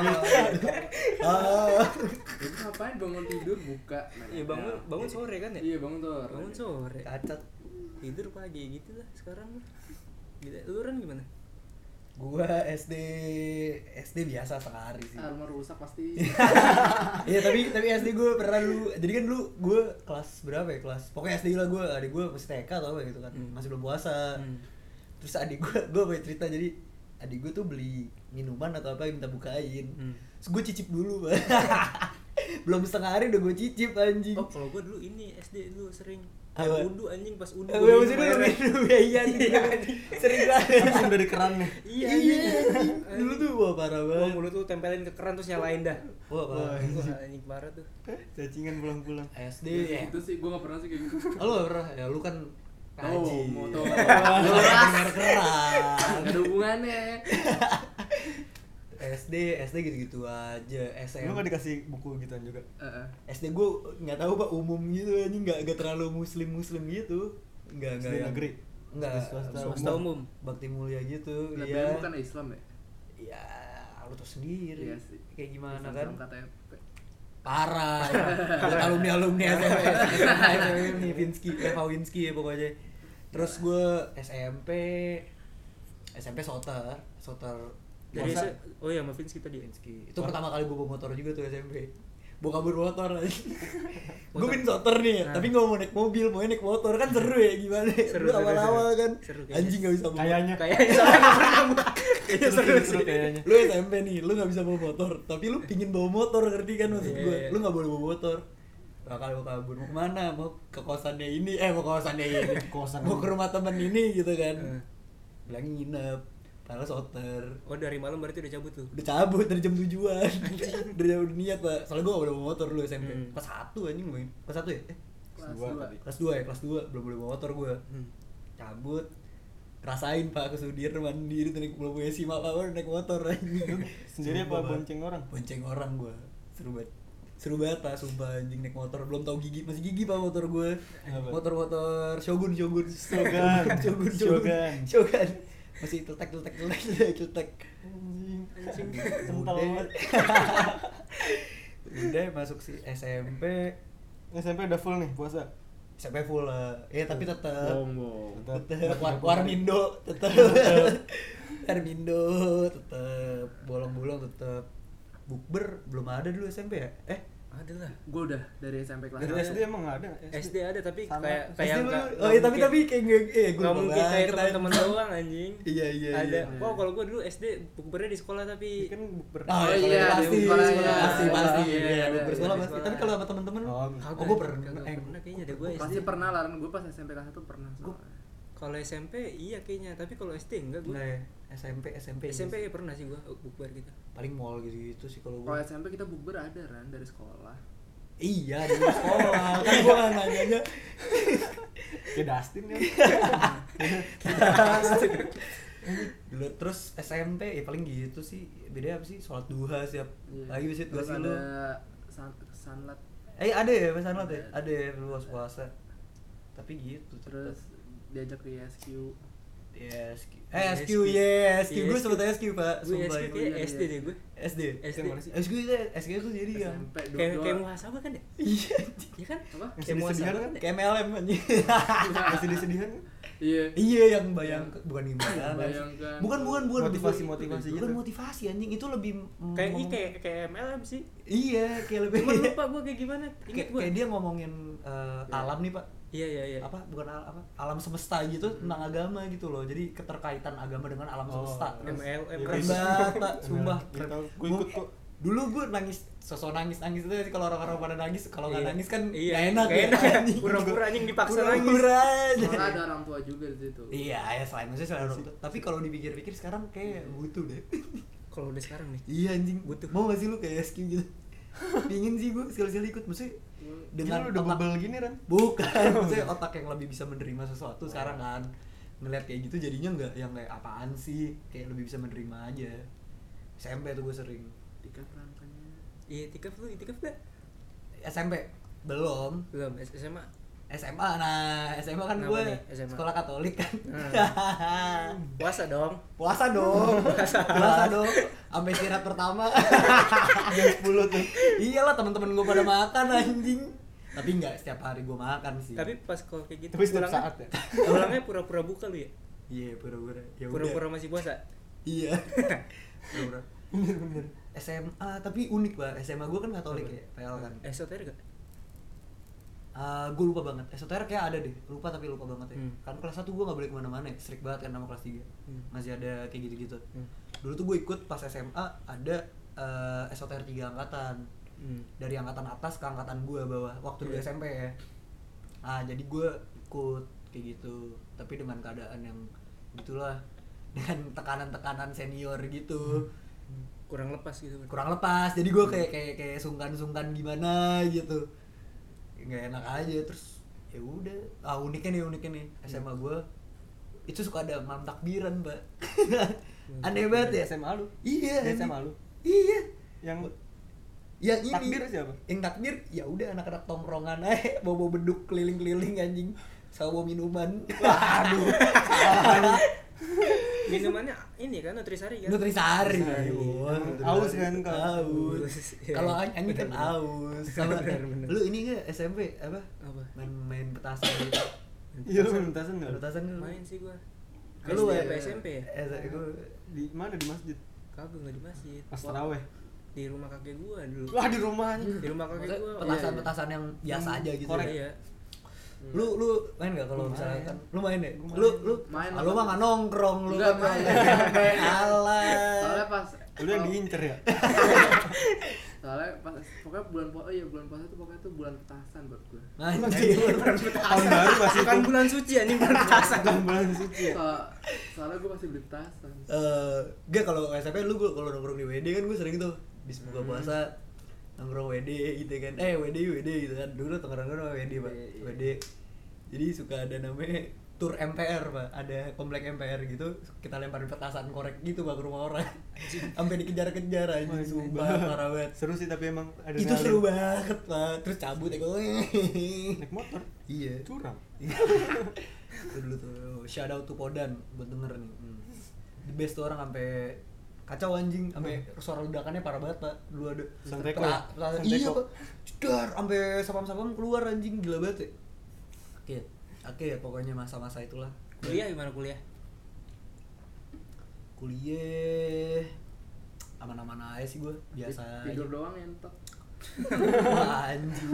Ah. Itu ngapain bangun tidur buka? Iya bangun bangun sore kan ya? Iya bangun tuh. Bangun sore. Cacat. Tidur pagi gitu lah sekarang. Gitu. Lu Ran gimana? Gua S D S D biasa sehari sih. Ah, rumah rusak pasti. Iya tapi tapi S D gue pernah dulu. Jadi kan dulu gue kelas berapa ya kelas? Pokoknya S D lah gue. Adik gue masih T K atau apa gitu kan. Hmm. Masih belum puasa. Hmm. Terus adik gue gue punya cerita jadi adik gue tuh beli minuman atau apa minta bukain. Hmm. Terus gue cicip dulu. Belum setengah hari udah gue cicip anjing. Oh kalau gue dulu ini S D dulu sering Apa? kayak wudu anjing pas wudu. Eh, gua gue minum masih dulu airnya. minum ya iya anjing. Sering banget. Langsung dari kerannya. Iya Iya. anjing. Dulu tuh wah parah Gua banget. mulut tuh tempelin ke keran terus nyalain dah. Wah parah. Wah anjing parah tuh. Cacingan pulang-pulang. S D Iya, ya. itu sih gue nggak pernah sih kayak gitu. Oh, lu gak pernah? Ya lu kan Oh, kaji. motor. Lu kan keras. Nggak ada hubungannya. S D, S D gitu-gitu aja. S M Lu gak dikasih buku gituan juga? Heeh. S D gue nggak tahu Pak, umum gitu anjing, nggak nggak terlalu muslim-muslim gitu. Nggak S nggak D yang- negeri? Nggak, S D swasta Swasta umum. Bakti mulia gitu. Lah, Iya. bukan Islam ya? Ya, lu tau sendiri. Iya sih. Kayak gimana Islam kan? sama K T P. Parah. Ya. Buat alumni-alumni S M P, S M P nih, Winsky, Eva Winsky ya pokoknya. Terus gue S M P S M P soter, soter Dari Masa- se- oh iya Maafin kita dia. Winsky. Itu pertama kali gue bawa motor juga tuh S M P. Bawa kabur motor aja. Gue pin soter nih, Nah. tapi gak mau naik mobil, mau naik motor kan seru ya gimana? Seru, Lu seru, awal-awal seru. kan. Seru kayaknya. Anjing gak bisa bawa Kayaknya. Kayaknya soalnya nggak pernah gua. Kayaknya Seru seru sih, seru sih. kayaknya. Lu S M P nih, lu gak bisa bawa motor, tapi lu pingin bawa motor, ngerti kan maksud Iya, gue? iya. Lu gak boleh bawa motor. Bakal mau kabur, mau kemana? Mau ke kosannya ini, eh mau ke kosannya ini, Kosan mau ke rumah temen ini gitu kan? Heeh. Bilangin nginep, padahal soter. Oh dari malam berarti udah cabut tuh. Udah cabut dari jam tujuan. Dari jam udah niat Pak. Soalnya gue gak boleh bawa motor dulu S M P. Hmm. Kelas satu anjing gue. Kelas satu ya? Eh, Kelas Dua dua. tadi. kelas dua ya, kelas dua belum boleh bawa motor gue. Hmm. Cabut. Rasain Pak ke Sudirman mandiri tuh naik belum punya SIM apa naik motor anjing. Sendiri apa Sumpah, Pak. bonceng orang? Bonceng orang gue. Seru banget. Seru banget Pak, sumpah anjing naik motor belum tahu gigi, masih gigi Pak motor gue. Apa? Motor-motor Shogun Shogun Shogun. Shogun Shogun. Shogun. Masih teletek teletek teletek teletek. Anjing. Anjing. Kental Udah. banget. Udah masuk si S M P. S M P udah full nih puasa. S M P full lah. Ya tapi tetap Bohong, bohong. tetap war Warmindo tetap Warmindo tetap bolong-bolong tetap bukber belum ada dulu S M P ya? Eh Ada lah. Gue udah dari S M P kelas Dari satu. S D emang nggak ada? S D ada tapi Sama. kayak S D kayak lu- nggak- oh nggak iya tapi mungkin- tapi kayak gue eh gue nggak lupa mungkin kayak banget, teman-teman anjing. doang anjing. Iya iya Ada. iya. Wow kalau gue dulu S D bukbernya di sekolah tapi Ini kan bukber. Oh, Oh iya, iya, pasti, di sekolah, pasti, iya. pasti, pasti, Iya, iya, iya, bukber iya, sekolah iya, pasti. sekolah. Tapi kalau sama temen-temen, Oh, oh, kagak, gue pernah, kagak eh, pernah kayaknya ada gue S D. Pasti pernah lah, gue pas S M P kelas satu pernah. Gua- soalnya. Kalau S M P iya kayaknya, tapi kalau S D enggak gue. Nah, ya, S M P, S M P, S M P ya pernah sih gue bukber gitu. paling mall gitu-gitu sih kalau Kalau gue. S M P kita bukber ada Ran dari sekolah. Iya di sekolah kan gue nggak nanyanya. Kayak Dustin ya. Dulu terus S M P ya paling gitu sih. Beda apa sih? Sholat duha siap. Iya. Lagi bisa Terus sih ada lu. san sanlat. Eh ada ya pesan lo ya? Ada. Ada ya luas puasa. Tapi gitu Terus diajak ke I S Q. ya S Q. Eh S Q ya, S Q gue sebut S Q Pak. Gue S Sumpah. D kayak iya, S D iya. deh gue. S D. S D. S Q itu S Q itu jadi yang S M P dua Kayak kayak dua. muhasabah kan ya? iya Iya kan? Apa? Yang Kayak muhasabah sedih-sedihan kan kan? ya? kayak M L M anjing. Masih disedihan kan? Iya. Iya yang bayang bukan gimana. Bayangkan. Bukan bukan bukan Motivasi- bukan- motivasi bukan gitu. motivasi anjing itu lebih mm, Kayak ngomong- kayak kayak M L M sih. iya kayak lebih Cuma lupa gue kayak gimana. Ingat kayak, gue. kayak dia ngomongin uh, Iya. alam nih Pak. Iya iya iya. Apa bukan al- apa alam semesta gitu tentang agama gitu loh. Jadi keterkaitan agama dengan alam Oh, semesta. terus- M L M Iya, Keren terus- banget Pak, sumpah. Iya, tahu. Gua Gua- ikut kok. Dulu gue nangis, sosok nangis nangis itu sih kalau orang-orang pada nangis, kalau nggak Iya. nangis kan Iya, nggak enak nggak ya. enak. anjing. Pura-pura anjing dipaksa nangis. Pura-pura aja. Soalnya ada orang tua juga di situ. Iya, ya selain maksudnya selain orang tua. Tapi kalau dipikir-pikir sekarang kayak butuh deh. Kalau udah sekarang nih. Iya anjing, Butuh. mau gak sih lu kayak S Q gitu? Pingin sih gue sekali-sekali ikut, maksudnya dengan Gila, udah otak bebel gini Ran. bukan maksudnya otak yang lebih bisa menerima sesuatu sekarang kan ngeliat kayak gitu jadinya nggak yang kayak apaan sih, kayak lebih bisa menerima aja. S M P tuh gue sering. Tikaf rangkanya. Iya, itikaf lu, itikaf gak? S M P belum. Belum, S M A. S M A, nah S M A kan Kenapa gue nih, S M A? sekolah Katolik kan. Puasa dong. Puasa dong, puasa dong, sampai istirahat pertama jam sepuluh tuh. Iyalah teman-teman gue pada makan anjing. Tapi enggak setiap hari gue makan sih. Tapi pas kalau kayak gitu Tapi setiap pulangnya- saat ya. Pulangnya pura-pura buka lu ya? Iya pura-pura. Ya udah. Pura-pura masih puasa. Iya. Pura-pura. Bener-bener. S M A tapi unik banget. S M A gue kan Katolik ya, P L kan. Esoter gak? Uh, gue lupa banget. Esoter kayak ada deh. Lupa tapi lupa banget ya. Hmm. Kan kelas satu gue gak boleh kemana-mana ya. Strict banget kan sama kelas tiga. Hmm. Masih ada kayak gitu-gitu. Hmm. Dulu tuh gue ikut pas S M A ada uh, Esoter tiga angkatan. Hmm. Dari angkatan atas ke angkatan gue bawah. Waktu dulu Yeah. S M P ya. Ah jadi gue ikut kayak gitu. Tapi dengan keadaan yang gitulah. Dengan tekanan-tekanan senior gitu. Kurang lepas gitu. Kurang lepas. Jadi gue kayak kayak kayak sungkan-sungkan gimana gitu. Nggak enak aja. Terus ya udah. Ah uniknya nih uniknya nih S M A gue itu suka ada malam takbiran, Mbak. Aneh banget ya. S M A lu? Iya. Di S M aneh. A lu? Iya. Yang Yang ini. takbir siapa? Yang takbir ya udah anak-anak tongkrongan aja bawa beduk keliling-keliling anjing. Sama bawa minuman. Waduh. Minumannya ini kan Nutrisari kan? Nutrisari. Nutrisari. Wah, Emang aus kan kalau- Aus. Kalau Ani kan aus. Sama Bener, bener. lu ini enggak S M P apa? Apa? Main main petasan gitu. Iya lu main petasan enggak? Petasan lu. Main sih gua. Lu S D ya? apa S M P ya? S M P gua Di mana di masjid? Kagak enggak di masjid. Pas tarawih. Di rumah kakek gua dulu. Wah di rumahnya. Di rumah kakek maksudnya gua. petasan-petasan yang biasa Hmm, aja gitu. korek. ya. Iya. Lu lu main enggak kalau Gua misalnya main. kan lu main deh. Gua Lu main. lu Main ah, lu apa? mah nggak nongkrong lu. Enggak, kan main. main. Alah. Soalnya pas Lu yang diincer ya? soalnya pas pokoknya bulan puasa, oh iya bulan puasa tuh pokoknya tuh bulan petasan buat gue. Anjing. Tahun baru masih Bukan bulan suci anjing, bulan petasan. bukan bulan suci ya? So, soalnya gue masih beli petasan. Eh, gak kalau S M P lu gua kalau nongkrong di W D kan gue sering tuh di buka puasa nongkrong W D gitu kan. Eh W D W D gitu kan. Dulu tongkrongan sama W D, Pak. Iya, iya. W D. Jadi suka ada namanya tur M P R, Pak. Ada komplek M P R gitu, kita lemparin petasan korek gitu Pak ke rumah orang. Sampai dikejar-kejar Wah, anjing, ini sumpah banget. parah banget. Seru sih tapi emang ada Itu nyali. seru banget, Pak. Terus cabut ya gue. Naik motor Iya. curang. Itu dulu tuh shout out to Podan buat denger nih. Hmm. The best tuh orang sampai kacau anjing, sampai suara ledakannya parah banget, Pak. Dulu ada Santeko peta- ya? peta- Santeko. Iya, Pak. Jedar sampai sapam-sapam keluar anjing, gila banget ya. Oke. Oke ya pokoknya masa-masa itulah. Kuliah gimana kuliah? Kuliah aman-aman aja sih gue, biasa Tidur aja. doang entok. Wah, anjing.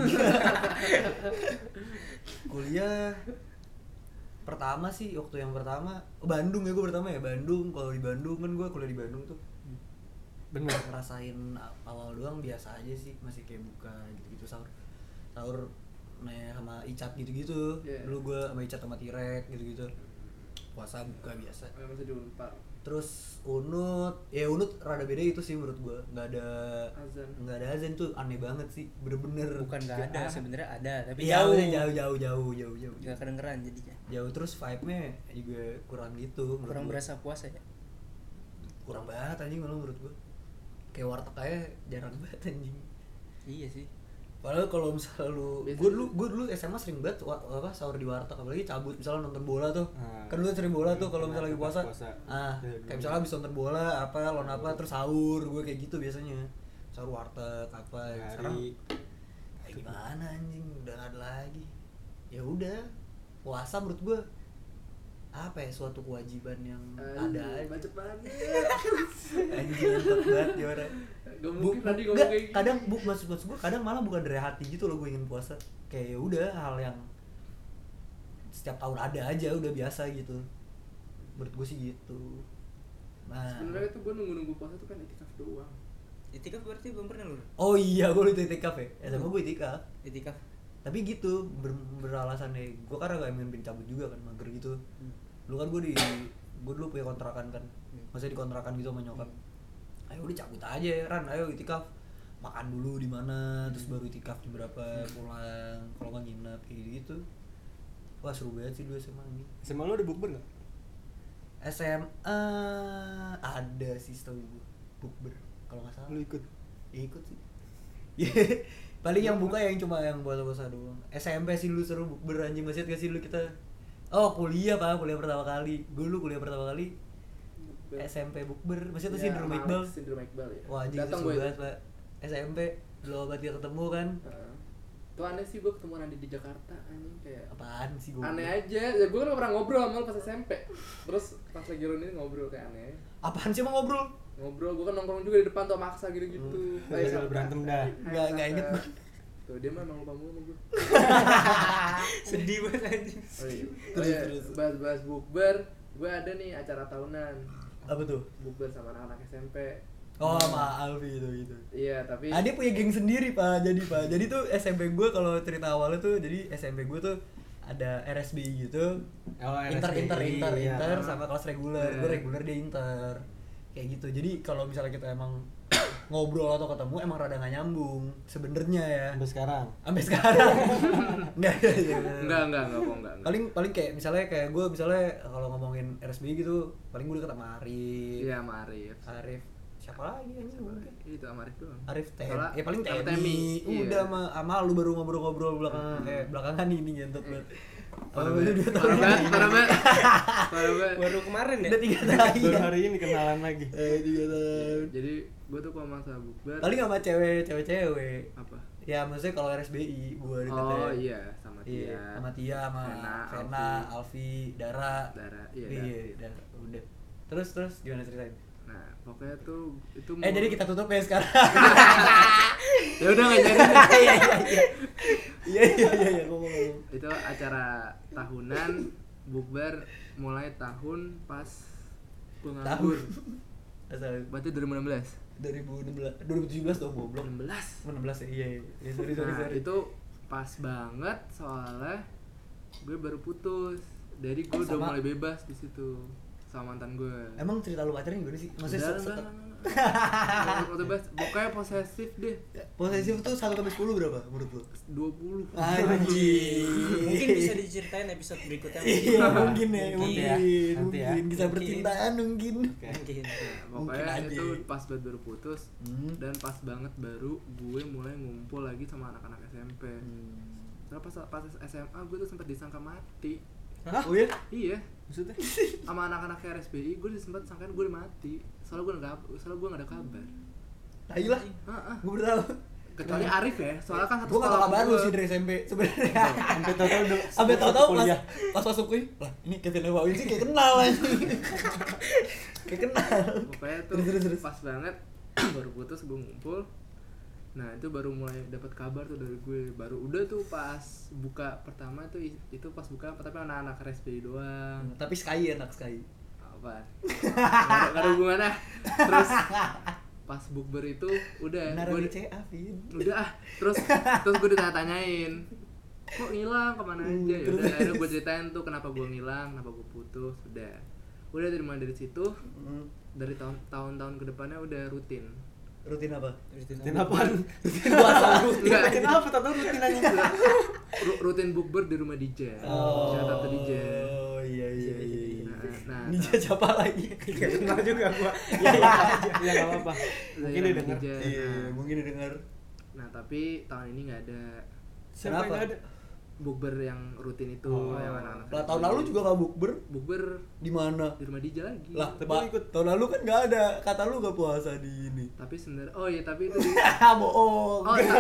Kuliah pertama sih waktu yang pertama Bandung ya, gue pertama ya Bandung. Kalau di Bandung kan gue kuliah di Bandung tuh Bener. ngerasain awal doang biasa aja sih, masih kayak buka gitu-gitu sahur sahur nih sama Icat gitu-gitu. Yeah. Dulu gue sama Icat sama Tirek gitu-gitu, puasa buka biasa. Oh, masih di Unpar. Terus Unut, ya Unut rada beda itu sih menurut gue, nggak ada Azan. nggak ada azan tuh, aneh banget sih, bener-bener. Bukan enggak ada, sebenarnya ada, tapi Iya, jauh. maksudnya jauh jauh jauh jauh jauh. Enggak kedengeran jadinya. Jauh terus vibe-nya juga kurang gitu. menurut Kurang gua. berasa puasa ya. Kurang banget anjing malah menurut gua. Kayak warteg aja jarang banget anjing. Iya sih. Padahal kalau misalnya lu, Biasanya- gua dulu gua dulu S M A sering banget wa- apa sahur di warteg, apalagi cabut misalnya nonton bola tuh. Ah. Kan dulu sering bola tuh kalau misalnya lagi Pas puasa. puasa. Ah, Iya, kayak dulu. misalnya habis nonton bola apa lawan apa terus sahur, gue kayak gitu biasanya. Sahur warteg apa. Sekarang Hari kayak gimana anjing, udah nggak ada lagi. Ya udah, puasa menurut gua apa ya, suatu kewajiban yang ada aja. Bacot banget. Anjing mantap banget ya orang. Gak Bu, mungkin tadi bu- ngomong nggak, kayak gitu. kadang bu maksud maksud gua kadang malah bukan dari hati gitu loh gue ingin puasa. Kayak ya udah hal yang setiap tahun ada aja, udah biasa gitu. Menurut gue sih gitu. Nah, Sebenarnya tuh gue nunggu-nunggu puasa tuh kan itikaf doang. Itikaf berarti belum pernah lu? oh iya gue itu itikaf ya. S M A gue itikaf. Itikaf. Tapi gitu ber, beralasan deh, gue karena gak ingin cabut juga kan, mager gitu. Hmm. Lu kan gue di gue dulu punya kontrakan kan, Hmm. maksudnya di kontrakan gitu sama nyokap. Ayo udah cabut aja Ran, ayo itikaf. makan dulu di mana, terus baru itikaf di berapa pulang, kalau nggak nginep kayak gitu. Wah seru banget sih dulu S M A ini. S M A lu ada bukber nggak? S M A ada sih setahu gue bukber kalau nggak salah. Lu ikut? Ya, ikut sih. Paling yang buka yang cuma yang puasa-puasa doang. S M P sih lu seru bukber anjing, masih ingat gak sih lu kita? Oh kuliah pak, kuliah pertama kali. Gue dulu kuliah pertama kali S M P bukber, masih itu Ya, sindrom Iqbal. Sindrom Iqbal ya. Wah anjing itu Datang seru gue. banget pak. S M P belum obat dia ketemu kan? Heeh. Tuh aneh sih gue ketemu Nandi di Jakarta anjing kayak Apaan sih gue? aneh aja. Ya gue kan gak pernah ngobrol sama lu pas S M P. Terus pas lagi reuni ngobrol kayak aneh. Apaan sih emang ngobrol? Ngobrol gue kan nongkrong juga di depan tuh maksa gitu-gitu. Hmm. Sambil berantem dah. Nggak nggak inget. Tuh dia mah emang lupa mulu sama gue. Sedih banget anjing. Oh iya. Terus, Oh iya, terus. bahas-bahas bukber, gue ada nih acara tahunan. Apa tuh? Bukber sama anak-anak S M P. Oh sama Alfi itu gitu. Iya, tapi Ah, dia punya geng sendiri pak, jadi pak. Jadi tuh S M P gue kalau cerita awalnya tuh, jadi S M P gue tuh ada R S B I gitu. Oh, Inter, R S B I, inter, inter, iya. inter sama kelas reguler. Iya. Gue reguler, dia inter. Kayak gitu. Jadi kalau misalnya kita emang ngobrol atau ketemu emang rada gak nyambung sebenarnya ya. Sampai sekarang. Sampai sekarang. Enggak, ya, ya. enggak, enggak, enggak, kok enggak. Paling paling kayak misalnya kayak gue misalnya kalau ngomongin R S B I gitu, paling gue deket sama Arif. Iya, sama Arif. Arif. Siapa lagi anjing mungkin? Itu sama Arif doang. Arif Temi. Soalnya Ya paling sama Temi. Temi, iya. Udah sama sama lu baru ngobrol-ngobrol belakangan eh belakangan ini ngentot banget. Parah Oh, banget, udah dua parah tahun. banget, parah banget. Parah banget. Baru kemarin ya. Udah tiga tahun. Baru hari ini kenalan lagi. Eh tiga tahun. Jadi gue tuh kalau masa bukber Paling sama cewek, cewek-cewek. apa? Ya maksudnya kalau R S B I gua deketnya. Oh iya, sama Iya, Tia. sama Tia, sama Vena, Vena, Alfi, Dara. Dara, iya. Iya, Dara. Dara. Udah. Terus terus gimana ceritain? Nah, pokoknya tuh itu Eh jadi kita tutup ya sekarang. ya udah nggak jadi. Iya iya iya. Iya iya iya iya ngomong ngomong. Itu acara tahunan bukber mulai tahun pas gue nganggur. Asal Berarti dua ribu enam belas. dua ribu enam belas dua ribu tujuh belas dong goblok. enam belas. enam belas ya. Iya iya. Ya, sorry sorry Nah, sorry. itu pas banget soalnya gue baru putus. Jadi gue udah Sama- mulai bebas di situ sama mantan gue. Emang cerita lu pacaran gimana sih? Maksudnya Udah, se- enggak, se- enggak, enggak. Udah bebas. Pokoknya posesif deh. posesif tuh satu sampai sepuluh berapa menurut lu? dua puluh. Anjing. Mungkin bisa diceritain episode berikutnya. Iya mungkin ya, Mungkin mungkin, ya, mungkin, nanti ya. bisa Mungkin. percintaan mungkin. Oke. Mungkin. Nah, Mungkin pokoknya aja. itu pas banget baru putus Hmm. dan pas banget baru gue mulai ngumpul lagi sama anak-anak S M P. Karena pas pas S M A gue tuh sempat disangka mati. Hah? Oh ya? Iya, Maksudnya? sama anak-anak R S B I gue sempat sangkain gue udah mati. Soalnya gue nggak, soalnya gue nggak ada kabar. Nah iya lah, Heeh. gue baru tahu. Kecuali Arif ya, soalnya kan satu Gue gak tau sekolah kabar sama lu gue. sih dari S M P sebenarnya. Sampai tahu-tahu udah Sampai tahu-tahu pas kuliah. pas masuk kuliah, lah ini Kevin Lewawin sih kayak kenal anjing. Kayak kenal. Pokoknya tuh Terus, terus, terus. pas banget baru putus gue ngumpul. Nah itu baru mulai dapat kabar tuh dari gue. Baru udah tuh pas buka pertama tuh itu pas buka tapi anak-anak R S B I doang. Tapi Sky enak Sky. Apa? Gak ada hubungan ah. Terus pas bukber itu udah Naruh gue di C A, Vin. udah ah terus terus gue ditanya-tanyain kok ngilang kemana Hmm, aja ya udah terus? akhirnya gue ceritain tuh kenapa gue ngilang kenapa gue putus udah udah dari mulai dari situ Hmm. dari tahun tahun-tahun kedepannya udah rutin Rutin apa? Rutin apaan? Rutin puasa lu. enggak Rutin apa? Tahu rutin aja. Ru- rutin bukber di rumah D J Oh. tante D J Oh iya iya iya. iya. nah, nah Ini siapa lagi? Gak kenal juga gua. Ya ya aja. Ya enggak apa-apa. Mungkin dia dengar. D J. Iya, Nah, mungkin didengar. nah tapi tahun ini nggak ada Siapa yang Kenapa? nggak ada? bukber yang rutin itu Oh. yang anak-anak Lah tahun lalu juga gak bukber bukber di mana? di rumah D J lagi Lah, Tapi Pak, lu ikut. tahun lalu kan gak ada. Kata lu gak puasa di ini. tapi sebenarnya oh iya tapi itu di, Bohong. Oh, iya.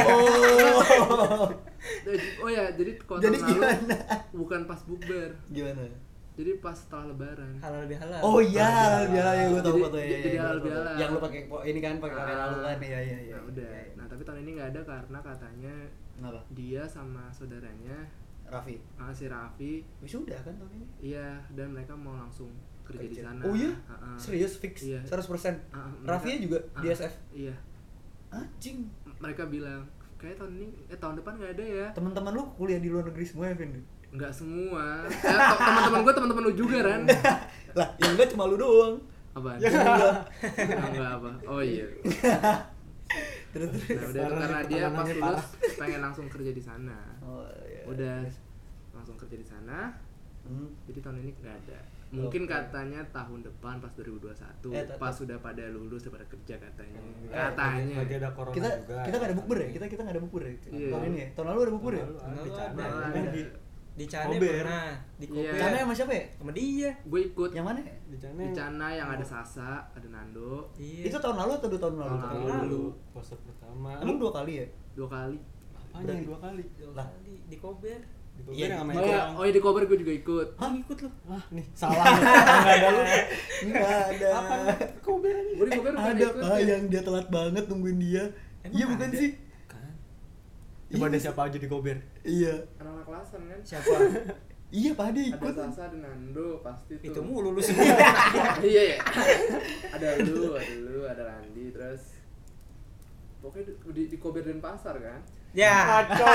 Bohong. oh ya jadi kalau Jadi tahun lalu gimana? bukan pas bukber Gimana? jadi pas setelah lebaran Halal bihalal. Oh iya, biar ya gue tahu Jadi- fotonya. jadi- Iya, jadi iya, halal gua tahu. bihalal. Yang lu pakai po- ini kan pakai kamera Ah. lu kan. Iya iya iya. nah udah Iya, iya. nah tapi tahun ini nggak ada karena katanya Kenapa? dia sama saudaranya Raffi. ah, si Raffi Wisuda kan tahun ini? iya dan mereka mau langsung kerja, di Kerja. sana Oh iya? Ah, ah. Serius fix? Iya. seratus persen? Ah, ah, mereka- Raffi juga di ah, S F? iya Anjing. M- mereka bilang kayak tahun ini eh tahun depan nggak ada ya Teman-teman lu kuliah di luar negeri semua ya, Vin? nggak semua eh, to- teman-teman gue teman-teman lu juga kan Lah, yang enggak cuma lu doang. apaan Ya enggak. Oh, enggak apa oh iya Terus Nah udah itu karena dia pas lulus pengen langsung kerja di sana. Oh, iya. Udah langsung kerja di sana. Hmm. Jadi tahun ini nggak ada. Mungkin katanya tahun depan pas dua ribu dua puluh satu Eh, t- pas sudah pada lulus udah pada kerja katanya. Eh, Katanya. lagi ada corona Kita juga. kita nggak ada bukber ya? Kita kita nggak ada bukber ya? Iya. Tahun ini ya? Tahun lalu ada bukber ya? Tahun lalu Tahun di lalu Cana. ada. Eh, di Di Cane Kober. pernah, di Iya. Kober. Cana sama siapa ya? Sama dia. Gue ikut Yang mana ya? di Cana. di Cana yang ada Sasa, ada Nando Iya. Itu tahun lalu atau dua tahun lalu? Tahun Tahun lalu. lalu pose pertama. Emang dua kali ya? dua kali. Apanya yang dua kali? Dua Lah. kali di Kober. Di Kober Iya, yang sama Oh Eko ya, yang- oh ya di Kober gue juga ikut. Hah? Ikut lu. Ah, nih salah. Enggak ada lu. Enggak ada. Apa? Kober aja. Gue di Kober bukan Ada ikut. pak ya. yang dia telat banget nungguin dia. Emang Iya bukan ada? sih? Kan. Coba ada siapa aja di Kober? Iya. Anak-anak kelasan kan. Siapa? Iya pak dia Ada ikut. Sasa, ada Nando pasti tuh. Itu mulu lu semua. Iya ya. Ada lu, ada lu, ada Randi, terus pokoknya di, di, di Kober Denpasar kan. Ya. Kacau.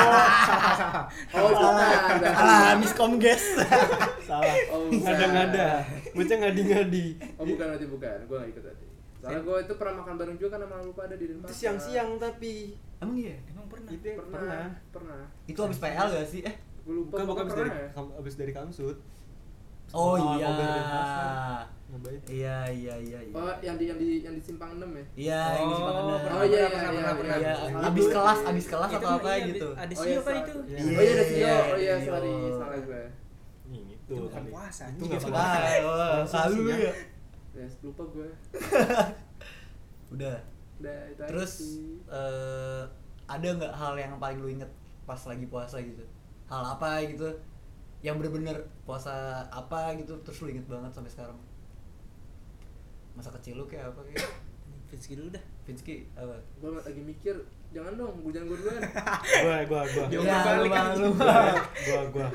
Oh, bukan. Ah, miskom guys. Salah. Oh, bukan. Ngada-ngada. Bocah ngadi-ngadi. Oh, bukan berarti bukan. Gue gak ikut tadi. Soalnya gue itu pernah makan bareng juga kan sama lu pada di Denpasar. Itu siang-siang tapi Emang iya? Emang pernah. itu Pernah. pernah. Pernah. Itu habis P L gak sih? Eh. Gue lupa. Bukan bukan pokoknya abis dari pernah ya. kam- abis dari Kamsut. Oh Sama iya. Kober Denpasar. Nyobain. Iya iya iya iya. Oh, yang di yang di yang di Simpang enam ya? Iya, yang di Oh, Simpang Enam. Oh pernah, iya, iya, pernah, iya, pernah, iya. pernah. Iya, Salah abis gue. kelas, abis kelas Itu atau mah apa iya, gitu. Ada Oh, sio iya, kan salah. itu? Iya. Oh iya ada Sio. Iya, Oh iya, Sio. sorry, salah gue. Nih gitu. Itu bukan kali. puasa. Itu anjing. nggak Itu puasa. Ah, wah, Langsung Kalu siang. ya. Ya, lupa gue. Udah. Udah itu aja Terus sih. eh ada nggak hal yang paling lu inget pas lagi puasa gitu? Hal apa gitu yang bener-bener puasa apa gitu terus lu inget banget sampai sekarang? Masa kecil lu kayak apa kayak? Fitzki dulu dah. Finsky apa? Gue lagi mikir, jangan dong, gue jangan gue duluan. Gua gua gua. Jauh Ya, balik lu kan. malu. Gua gua.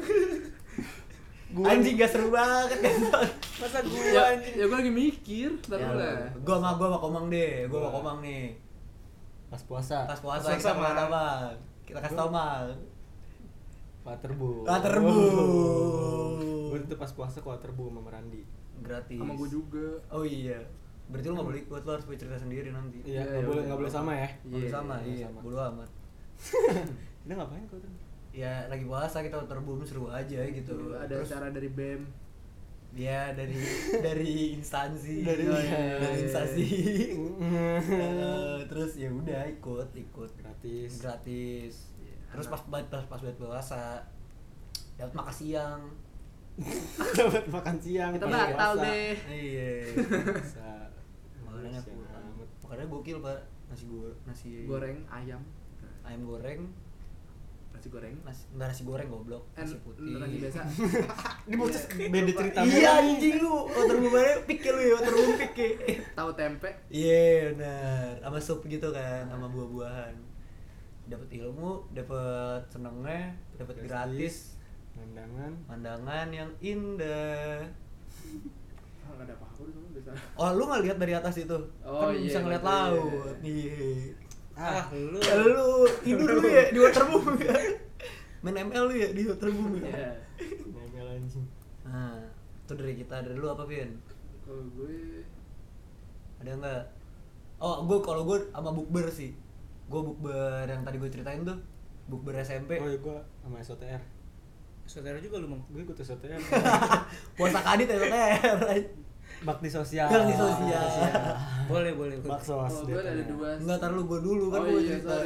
Gua anjing gak seru banget kan. Masa gua ya, anjing. ya gue lagi mikir, ntar Ya, dulu lah. gua sama gua sama Komang deh, gua sama Gua. Komang nih. Pas puasa. Pas puasa Pas kita puasa, makan Mang. apa? Kita kasih tau Mal. Waterbu. Waterbu. Gua itu pas puasa ke Waterbu sama Randi. Gratis. Sama gue juga. Oh iya. Berarti lu gak boleh ikut, lu harus punya cerita sendiri nanti. Iya, Iya, nggak iya, boleh udah. nggak boleh sama ya. Boleh Iya, sama, iya, iya, sama. bodo amat. Kita ngapain kau tuh? Ya lagi puasa kita terbum seru aja gitu. Tuh, ada Terus, acara dari B E M. ya dari dari instansi, Dari- Oh, iya, dari iya. instansi. Eh, terus ya udah ikut, ikut Gratis. gratis. Iya, Terus anak. pas pas pas, pas buat puasa dapat makan siang. Dapat makan siang. Kita pas batal puasa. deh. Iya. Bisa. Makanannya Siang kurang. amat. Makanannya gokil pak, nasi goreng, nasi Goreng ayam. ayam goreng, Nasi goreng. nasi enggak nasi goreng goblok, Eh, nasi putih. nasi biasa. Ini bocah beda cerita. Iya anjing lu, water bumbarnya pikir lu ya, water bum pikir. Tahu tempe. Iya benar, sama sup gitu kan, sama buah-buahan. Dapat ilmu, dapat senengnya, dapat gratis, Pandangan. pandangan yang indah. Ah, nggak ada apa-apa di sana biasa. Oh lu nggak lihat dari atas itu? Oh, Kan iya, bisa ngeliat iya. laut. Iya. Ah, lu. Lu tidur lu ya di water bum ya. Main M L lu ya di water bum ya. Iya. Nempel anjing. Nah, itu dari kita, dari lu apa Vin? Kalau gue Ada nggak? Oh, gue kalau gue sama bukber sih. Gue bukber yang tadi gue ceritain tuh, bukber S M P. Oh iya gua sama S O T R. Saudara juga lu, Mang. Gue ikut S O T R. Puasa kadit ya Ter. Bakti sosial. Bakti sosial. Boleh, boleh. boleh. Baksos. kalau gue ada dua. Enggak, tar lu gue dulu kan Oh gue iya, cerita. sorry.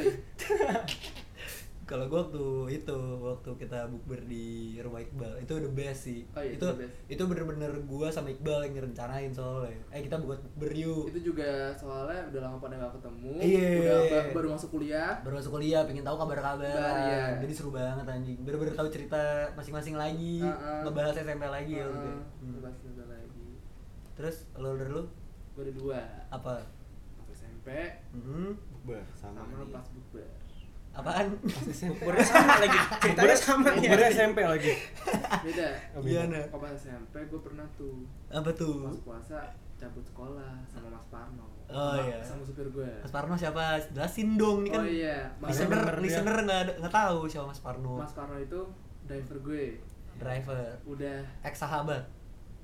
Kalau gue waktu itu, waktu kita bukber di rumah Iqbal, itu the best sih. Oh iya, itu the best. itu bener-bener gue sama Iqbal yang ngerencanain soalnya. Eh kita buat bukber yuk. Itu juga soalnya udah lama pada nggak ketemu. Iya. Udah ba- baru masuk kuliah. Baru masuk kuliah, pengen tahu kabar-kabar. Kabar, iya. Jadi seru banget anjing. Bener-bener tahu cerita masing-masing lagi, Uh-uh. ngebahas S M P lagi ya udah. Heeh, Hmm. bahas juga lagi. Terus lo dari lu Gue ada dua. apa? Pas S M P Hmm. Bukber sama. sama nih. pas bukber. Apaan? Pas S M P. Bukbernya sama lagi. Ceritanya sama ya. Bukber S M P lagi. Beda. Oh, Iya beda. nah. Kalau pas S M P gue pernah tuh Apa tuh? pas puasa cabut sekolah sama Mas Parno. Oh, sama, iya. sama supir gue. Mas Parno siapa? Jelasin dong nih kan. Oh iya, Mas Listener, Bener, listener nggak ada- nggak tahu siapa Mas Parno. Mas Parno itu driver gue. Driver, Udah ex sahabat.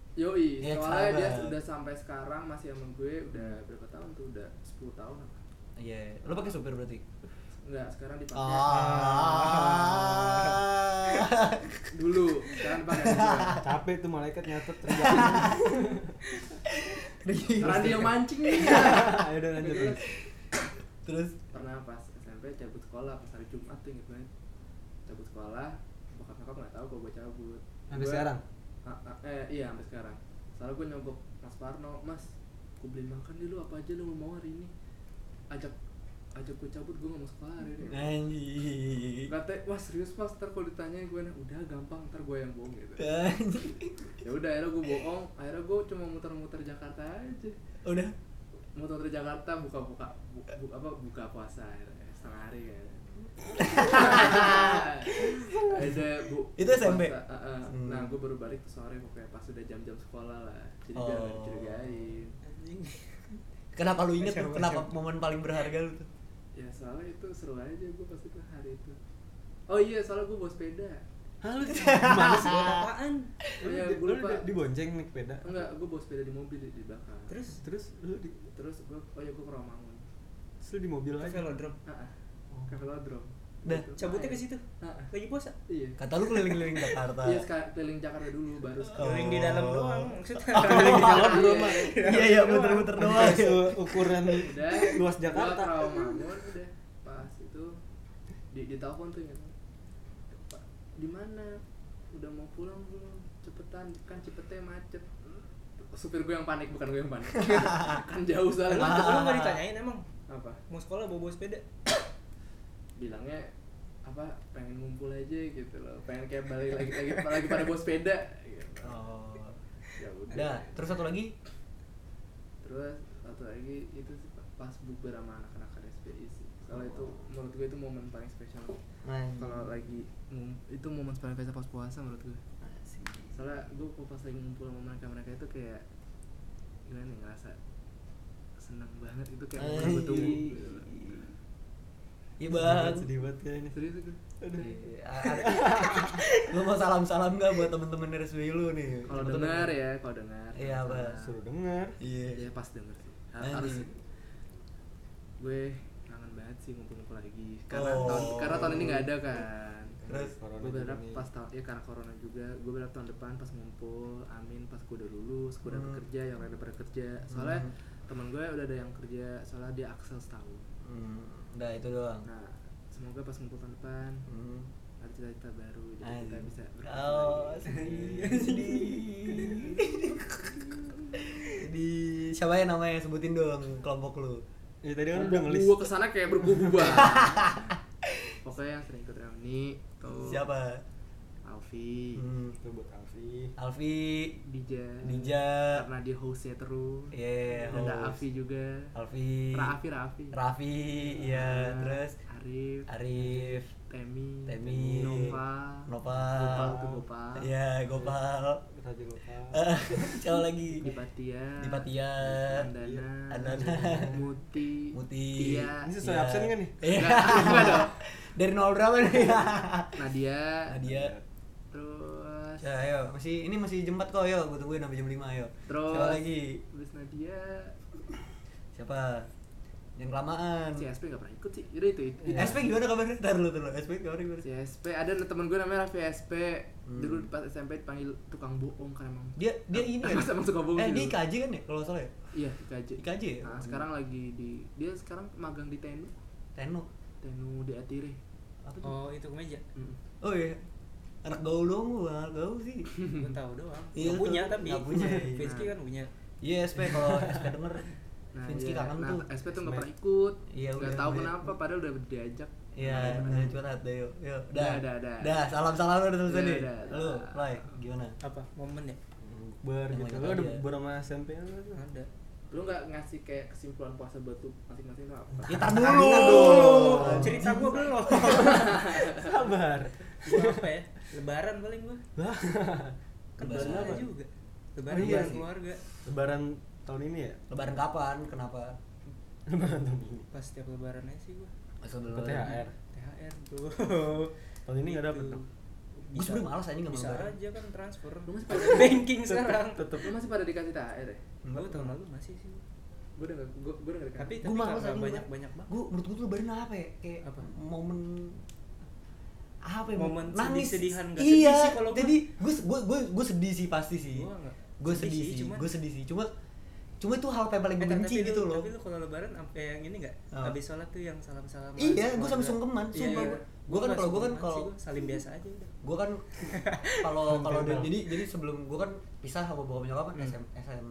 yoi, Iya, soalnya dia sahabat. udah sampai sekarang masih sama gue udah berapa tahun tuh? Udah sepuluh tahun apa? Iya, lu pakai supir berarti? Enggak, sekarang dipakai. Ah. Dulu, sekarang dipakai juga. Capek tuh malaikat nyatet terus. Randy yang mancing nih. Ayo udah lanjut. Terus. Terus Pernah pas S M P cabut sekolah pas hari Jumat tuh inget banget. Cabut sekolah, bokap nyokap nggak tahu kalau gue cabut. Sampai Gua- sekarang? Ah, ah, eh iya sampai sekarang. Soalnya gue nyogok Mas Parno, Mas, gue beliin makan deh lu apa aja lu mau hari ini. Ajak ajak gue cabut, gue nggak mau sekolah hari ini. anjing. Katanya, wah serius Mas, ntar kalau ditanya gue udah gampang, ntar gue yang bohong gitu. Anjing. Ya udah akhirnya gue bohong, akhirnya gue cuma muter-muter Jakarta aja. Udah. Muter-muter Jakarta buka-buka bu, bu, apa buka puasa akhirnya setengah hari kayaknya. Ada bu. Itu S M P? puasa, uh, uh. Hmm. Nah gue baru balik tuh sore pokoknya pas udah jam-jam sekolah lah. Jadi Oh. biar gak dicurigain. Anjing. Kenapa lu inget tuh? Siapa, Kenapa siapa? momen paling berharga lu tuh? Ya soalnya itu seru aja gue pas itu hari itu. Oh iya soalnya gue bawa sepeda. Halo, gimana sih? Buat apaan? Oh iya gue Lu lupa. di- dibonceng naik sepeda. Enggak, gue bawa sepeda di mobil di, di belakang. Terus Terus lu di Terus gue, oh ya gue ke Rawamangun. terus lu di mobil ke aja. velodrome. Ah, ah. Ke velodrome. Dah, Gitu. Cabutnya ke situ. Ah, ah. Lagi puasa. Iya. Kata lu keliling-keliling Jakarta. Iya, sekali keliling Jakarta dulu baru Oh. sekali. Keliling di dalam doang maksudnya. Keliling di velodrome. Iya, iya. Iya iya muter-muter doang. Itu ukuran Udah, luas gua Jakarta. ke Rawamangun udah pas itu di di telepon tuh ya. Pak, di mana? Udah mau pulang belum? Cepetan, kan Cipete macet. Supir gue yang panik, bukan gue yang panik. Kan jauh Lu soalnya. lu enggak ditanyain emang Apa? mau sekolah bawa bawa sepeda? Bilangnya apa? Pengen ngumpul aja gitu loh. Pengen kayak balik lagi lagi lagi pada bawa sepeda gitu. Oh. Ya udah. Dah, terus satu lagi? Terus satu lagi itu sih pas bukber sama anak-anak R S P I sih. Soalnya itu menurut gue itu momen paling spesial. Kalau lagi ngum- itu momen paling spesial pas puasa menurut gue. Soalnya gue pas lagi ngumpul sama mereka-mereka itu kayak gimana nih, ngerasa senang banget itu kayak momen gue tunggu gitu. Iya bang. Sedih banget ya ini. Serius gue. Iya, ada- Lu mau salam-salam gak buat temen-temen R S B I lu nih? Kalau Temen-temen. dengar ya, kalau dengar. Iya, sama-sama. Bang. Suruh denger. Iya. Ya pas denger sih. Ha- Anjing. Harus gue kangen banget sih ngumpul-ngumpul lagi. Karena Oh. tahun karena tahun ini nggak ada kan. Terus? Corona Gue berharap juga nih. pas tahun ya karena corona juga, gue berharap tahun depan pas ngumpul, amin pas gue udah lulus, gue udah Hmm. bekerja, yang lain udah pada kerja. Soalnya Hmm. teman gue udah ada yang kerja, soalnya dia Axel setahun. Hmm, udah itu doang. Nah, semoga pas ngumpul tahun depan Hmm. ada cita-cita baru, jadi kita Anjing. bisa berkumpul Oh, lagi. sedih, sedih. Jadi siapa ya namanya, sebutin dong kelompok lu. Ya tadi kan udah Kelompok ngelis. gue kesana kayak bergubah. Pokoknya yang sering ikut reuni tuh Siapa? Alfi, Hmm. Itu buat Alfi. Alfi, Dija, Dija, karena dia hostnya terus. iya, Dan ada host. Afi juga. Alfi, Raffi, Raffi. Raffi, iya, Nah, terus Arif, Arif, Temi, Temi, Nova, Nopal, Gopal tuh Gopal. iya, Gopal, Raja Lokal. siapa lagi? Dipatia, Dipatia, Andana, iya, Andana, Muti, Muti, Tia. Ini sesuai Iya. absen kan nih? Iya. Enggak, enggak dong. Dari nol berapa nih? Nadia, Nadia. terus Ya, ayo, masih ini masih jembat kok, yo, gue tungguin sampai jam lima, ayo. Terus Siapa lagi? Terus Nadia, Siapa? Yang kelamaan. si S P gak pernah ikut sih. Yaudah itu itu. S P gimana kabarnya? Ntar lu dulu. S P kabarnya gimana? Si S P ada temen gue namanya Raffi S P. Hmm. Dulu pas S M P dipanggil tukang bohong kan emang. Dia dia ini ya? Emang emang suka bohong Eh, sih dia dulu. I K J kan ya kalau nggak salah ya? Iya, I K J. I K J ya? Nah, sekarang lagi di dia sekarang magang di Tenu. Teno. Tenu di Atire. Apa tuh? Oh, itu kemeja. Mm. Oh iya. Anak gaul dong gua, anak gaul sih. Gue tahu doang. Iya, Nggak punya tuh. tapi. Nggak punya, iya. Fiski kan punya. Iya, S P kalau S P denger Nah, Finsky iya. kangen nah, tuh. S P tuh nggak pernah ikut. Iya, Nggak udah, tahu udah. kenapa padahal udah diajak. Iya, Nah, udah curhat deh yuk. Yuk, Udah, dah. udah, udah. Dah, salam-salam udah selesai Udah, nih. udah, udah. Lu, Lai, gimana? Apa? Momen ya? Ber Yang gitu. banyak Lu ada aja. ber sama S M P lu? Ada. Lu nggak ngasih kayak kesimpulan puasa buat tuh masing-masing tuh apa? Ya tar dulu. dong. Cerita gua belum. Sabar. Gua apa ya? Lebaran paling gua. Lah. Kan Lebaran puasa apa? juga. Lebaran Oh, iya bareng sih. keluarga. Lebaran tahun ini ya? Lebaran kapan? Kenapa? Lebaran tahun ini. Pas setiap lebaran aja sih gua. Masa Dapat T H R. T H R tuh. Tahun ini enggak dapat Gitu. dong. Gue sebenernya malas aja nggak mau Bisa lebaran. aja kan transfer. Lu masih pada Banking sekarang. Tetep Lu masih pada dikasih T H R ya? Gua tahun lalu masih sih. Gue udah gak, gue gue udah gak. Tapi Gua tapi malas nggak anjing, banyak gua. banyak banget. Gue menurut gue tuh lebaran apa ya? Kayak Apa? momen apa ya? Momen nangis. sedih-sedihan, nggak iya, sedih sih kalau gua. jadi gue gue gue gue sedih sih pasti sih. Gua nggak Gue sedih sih, cuman- gue sedih sih. Cuma cuma itu hal yang paling gue Eh, benci tapi gitu lu, loh. Tapi lu kalau lebaran sampai yang ini enggak? Oh. Habis sholat tuh yang salam-salaman. Iya, sama gue sampai keluarga. sungkeman, Iya, sumpah iya. gue. Gue kan nggak kalau gue kan sungkeman sih, kalau gua salim biasa aja udah. gue kan kalau kalau udah- jadi jadi sebelum gue kan pisah sama bokap nyokap kan Hmm. S M S M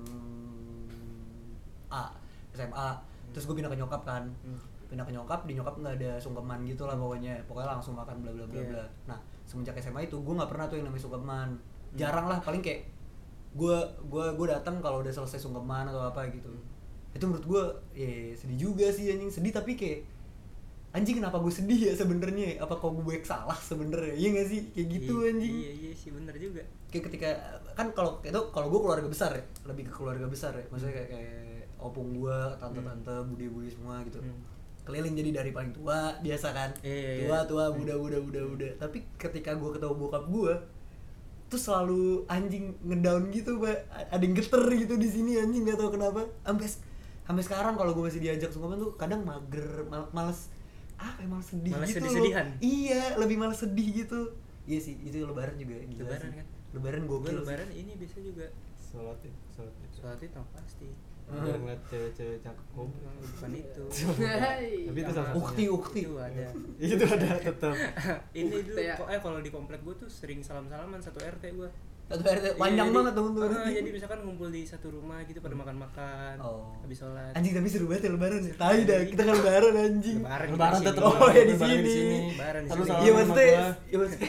A S M A terus gue pindah ke nyokap kan Hmm. pindah ke nyokap di nyokap nggak ada sungkeman gitu lah pokoknya pokoknya langsung makan bla bla bla Iya. bla. Nah semenjak S M A itu gue nggak pernah tuh yang namanya sungkeman, jarang lah, paling kayak gue gue gue datang kalau udah selesai sungkeman atau apa gitu. Itu menurut gue ya sedih juga sih anjing, sedih tapi kayak anjing kenapa gue sedih ya sebenarnya, apa kok gue salah sebenarnya, iya nggak sih kayak gitu Iya, anjing. Iya iya sih bener juga. Kayak ketika kan kalau itu kalau gue keluarga besar ya, lebih ke keluarga besar ya, maksudnya kayak, kayak opung gue, tante-tante, bude-bude semua gitu. Hmm. Keliling jadi dari paling tua biasa kan, Iya, tua iya. tua muda muda muda muda. Tapi ketika gue ketemu bokap gue, tuh selalu anjing ngedown gitu, Pak. Ada yang geter gitu di sini anjing, nggak tahu kenapa. Sampai sampai sekarang kalau gue masih diajak sungkeman tuh kadang mager, mal, males apa ya, malas sedih Malas gitu sedih-sedihan. loh. Iya, lebih malas sedih gitu. Iya sih, itu lebaran juga gila Lebaran sih. kan? Lebaran Gue gokil sih. lebaran ini biasa juga Sholat itu, sholat itu. sholat itu yang pasti. Biar ngeliat cewek-cewek cakep. Oh, bukan itu. Tapi itu salah satunya. Ukti ukti. Itu ada. Itu ada tetap. Ini dulu Ukti ya. kok eh kalau di komplek gue tuh sering salam-salaman satu R T gue. Satu R T panjang Iya, banget jadi- temen tuh. Ah, jadi misalkan ngumpul di satu rumah gitu pada makan-makan Oh. habis sholat. Anjing tapi seru banget ya lebaran ya. Tai dah, kita kan lebaran anjing. Lebaran, Lebaran kita tetap. sini. Oh, ya di Lebaran sini. Lebaran di Terus sini. sama Iya sama maksudnya, gua. iya maksudnya.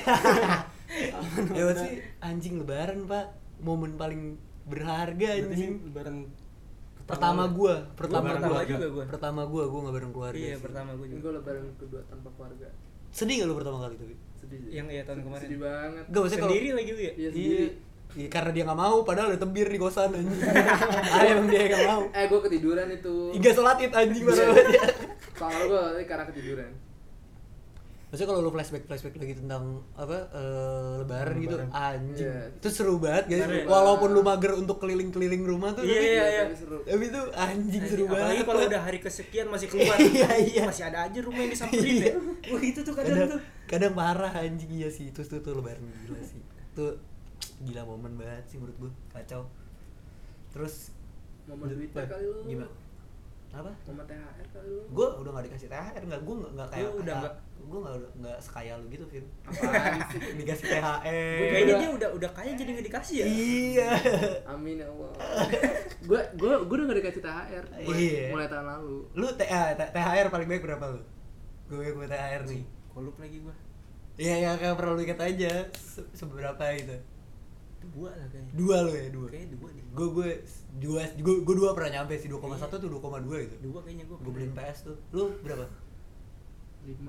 Ya maksudnya anjing lebaran, Pak. Momen paling berharga Berarti ini anjing. lebaran Pertama gua, pertama Lebaran gua. pertama juga gua. Pertama gua, gua enggak bareng keluarga. Iya, sih. pertama gue Ini juga. gue lebaran kedua tanpa keluarga. Sedih gak lu pertama kali tapi? Sedih sih. Yang iya tahun kemarin. Sedih banget. Enggak maksudnya kalau Sendiri lagi lu ya? Iya Iya. sendiri. Iya, karena dia nggak mau, padahal udah tebir di kosan anjing. Ah, emang dia nggak mau. Eh gue ketiduran itu. Iga sholat id anjing parah banget ya. Soalnya gue karena ketiduran. Maksudnya kalau lu flashback flashback lagi tentang apa eh, lebaran gitu, Lebaran. anjing. Iya. Itu seru banget guys. Seru Walaupun lu mager untuk keliling-keliling rumah tuh, Iya, tapi, iya, iya. Tapi seru. tapi itu anjing seru Apalagi banget. kalau Pak. udah hari kesekian masih keluar. Iya, iya. Masih ada aja rumah yang disamperin Iya. ya. Wah, itu tuh kadang, kadang, tuh. kadang parah anjing, iya sih. Terus tuh, tuh lebaran gila sih. Tuh gila momen banget sih menurut gua, kacau. Terus Momen Twitter kali lu. gimana? Apa? Momen T H R kali lu. Gue udah gak dikasih T H R, nggak, gue nggak nggak kayak Lu udah nggak? gue nggak nggak sekaya lu gitu Fir. Apaan sih? Dikasih T H R. Kayaknya dia udah udah kaya jadi nggak dikasih ya. Iya. Amin ya Allah. Gue gue gue udah gak dikasih T H R mulai, Iya. mulai tahun lalu. Lu T H R T H R paling baik berapa lu? Gue gue T H R nih. Kolup lagi gua. Iya ya kayak perlu ikat aja se- seberapa gitu. Dua lah kayaknya. Dua lu ya dua. Kayaknya dua deh. Gue gue dua gue gue dua pernah nyampe sih dua koma satu tuh dua koma dua gitu. Dua kayaknya gua. Gue beliin P S tuh. Lu berapa? Lima.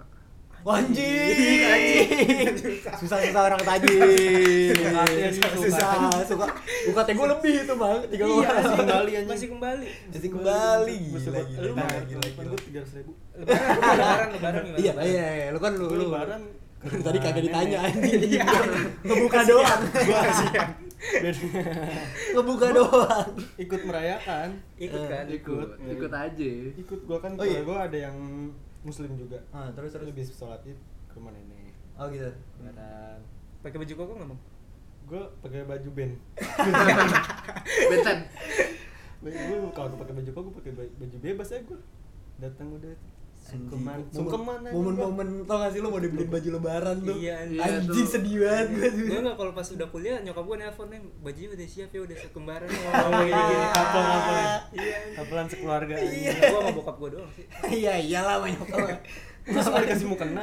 Anjing, anjing. Susah-susah orang tajir. Susah, suka. U K T gue lebih itu, Bang. tiga Iya, masih koma kembali anjing. Masih kembali. Masih kembali. Gua Gila, sempat- gila, lu gila, mah gila, gila. gue tiga ratus ribu. Lebaran, lebaran, lebaran gimana? Iya, iya, iya. Lu kan lu Gua lu. lebaran ke Tadi kagak rumah ditanya nenek. anjing. Iya. Ngebuka doang. Gua kasihan. Dan Ngebuka doang. ikut merayakan. Ikut kan? Ikut, ikut aja. Ikut gua kan, Oh, iya? gue ada yang muslim juga. Ah, terus terus. Lebih sholat id ke rumah nenek. Oh gitu. Lebaran. Pakai baju koko nggak bang? Gue pakai baju band. Benten. Gue kalau gue pakai baju kok gue pakai baju baju bebas ya gue. Datang udah sungkeman, Anjing. sungkeman aja gua. Momen-momen tau gak sih lu mau dibeliin baju lebaran tuh. Iya, anjing. Anjing Iya, tuh. sedih banget gue tuh. Gue nggak kalau pas udah kuliah nyokap gue nelpon nih bajunya udah siap ya udah sekembaran nih. Oh iya, iya. Kapel, kapel. Iya. Kapelan sekeluarga. Iya. Gue sama bokap gue doang sih. Iya iyalah banyak banget. Terus malah dikasih mukena.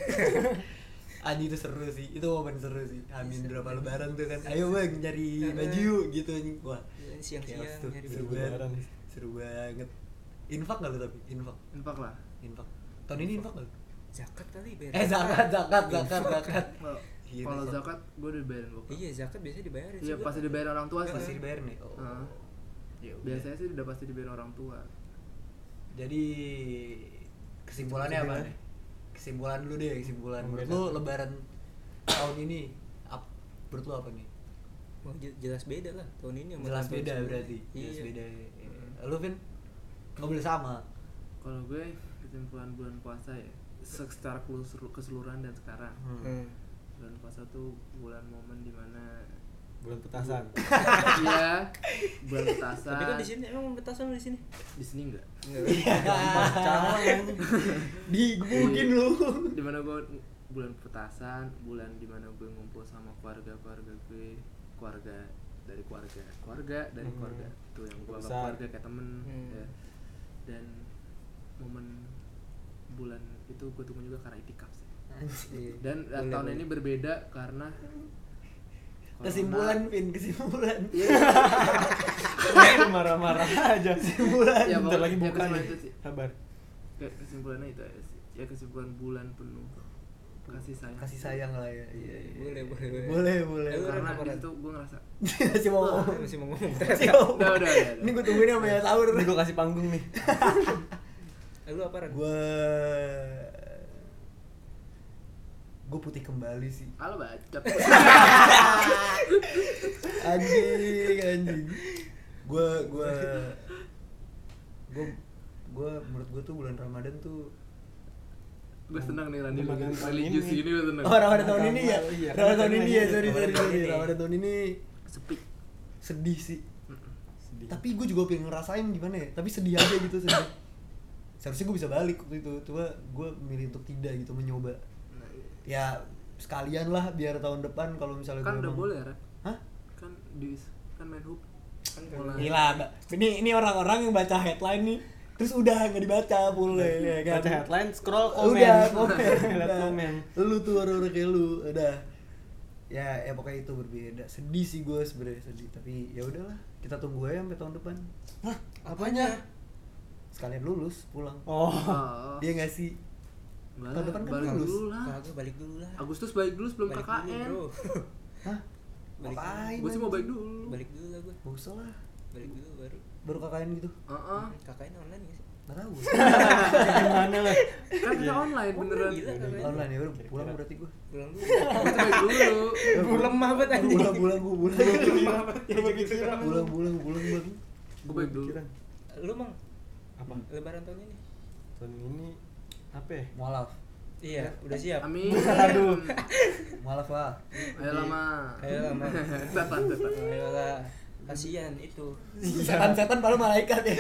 Anjing itu seru sih, itu momen seru sih. Amin berapa lebaran tuh kan. Ayo bang nyari baju yuk gitu anjing. Wah. Iya, siang-siang chaos tuh. nyari Seru baju. banget. lebaran. Seru banget. Infak gak lu tapi? Infak. Infak lah. Infak. Tahun ini infak gak lu? Zakat kali bayar. Eh zakat, zakat, zakat, zakat. Kalau- Gila, Kalau Sob. zakat gue udah bayarin bokap. Iya zakat biasanya dibayarin. Iya pasti dibayar orang tua sih. Masih dibayar nih. Oh. Heeh. Ya udah. Biasanya sih udah pasti dibayar orang tua. Jadi kesimpulannya apa nih? Kesimpulan dulu deh, kesimpulan. Menurut lu lebaran tahun ini ap, menurut lu apa nih? Wah, je- jelas beda lah tahun ini sama Jelas tahun beda sebelumnya. berarti. Iya. Jelas beda. Lu Vin? nggak boleh sama. Kalau gue kesimpulan bulan puasa ya secara keseluruhan dan sekarang Hmm. bulan puasa tuh bulan momen dimana Bulan petasan. iya bulan petasan. Tapi kan di sini emang petasan di sini. Di sini enggak. Pacaran. Digebukin lu. Dimana gue bulan petasan, bulan dimana gue ngumpul sama keluarga-keluarga gue, keluarga dari keluarga, keluarga dari Hmm. keluarga tuh yang gue anggap Besar. keluarga kayak temen Hmm. ya. Dan momen bulan itu gue tunggu juga karena itikaf sih. Anjir. Dan Boleh, tahun boleh. ini berbeda karena Kesimpulan Vin, kesimpulan. Iya. Marah-marah aja. Kesimpulan. Ya, Bentar lagi pokoknya buka kesimpulan nih. itu sih. Sabar. Kayak kesimpulannya itu aja sih. Ya kesimpulan bulan penuh kasih sayang. Kasih sayang lah ya. Iya, iya. Boleh, boleh, boleh. Boleh, boleh. Eh, lu Karena apa, di Ran? situ gue ngerasa Masih mau ngomong. Masih mau ngomong. Masih mau ngomong. udah udah udah. Ini gue tungguin sampai ya sahur. Ini gue kasih panggung nih. Eh, lu apa Ran? Gue gue putih kembali sih. Halo bacot. Anjing, anjing. Gue gue gue gue menurut gue tuh bulan Ramadan tuh Gue senang nih Rani Ramadan lu tahun religius ini. ini gue senang. oh Ramadan tahun ini ya. Iya, Ramadan tahun ini ya, sorry sorry Ramadan tahun sorry. ini. Ramadan tahun ini Sepi. sedih sih. Sedih. Tapi gue juga pengen ngerasain gimana ya. Tapi sedih aja gitu sedih. Seharusnya gue bisa balik waktu itu. Coba gue milih untuk tidak gitu mencoba. Nah, iya. Ya sekalian lah biar tahun depan kalau misalnya Kan gue udah emang- boleh Ran. Hah? Kan di kan main hub. Kan Mulai. Gila, Mbak. Ini ini orang-orang yang baca headline nih. Terus udah nggak dibaca boleh ya kan. Baca headline, scroll komen. Udah, komen. Lihat Udah. komen. Lu tuh orang-orang kayak lu, udah. Ya, ya pokoknya itu berbeda. Sedih sih gue sebenarnya sedih, tapi ya udahlah. Kita tunggu aja sampai tahun depan. Hah, apanya? Sekalian lulus, pulang. Oh. Oh. Dia nggak sih? Enggak Tahun lah, depan kan balik lulus. dulu lah. Kagak balik dulu lah. Agustus balik dulu sebelum Balik K K dulu, N. Bro. Hah? Balik Ngapain? Gue sih mau anjing? balik dulu. Balik dulu lah gue. Nggak usah lah. Balik dulu baru. Baru K K N gitu. Heeh. K K N online enggak sih? Nggak tahu. Gimana lah? Kan kita online beneran. Gila, K K N. Online ya udah pulang berarti gue. Pulang dulu. Gue tuh balik dulu. Gue lemah banget anjing. Pulang pulang gue pulang. Pulang pulang pulang bang. Gue balik dulu. Lu Mang, Apa? lebaran tahun ini? Tahun ini apa ya? Mualaf. Iya, udah siap. Amin. Aduh. Mualaf lah. Ayo lama. Ayo lah, Mang. Setan setan. Ayo lah. Kasihan itu. Setan-setan paling malaikat ya.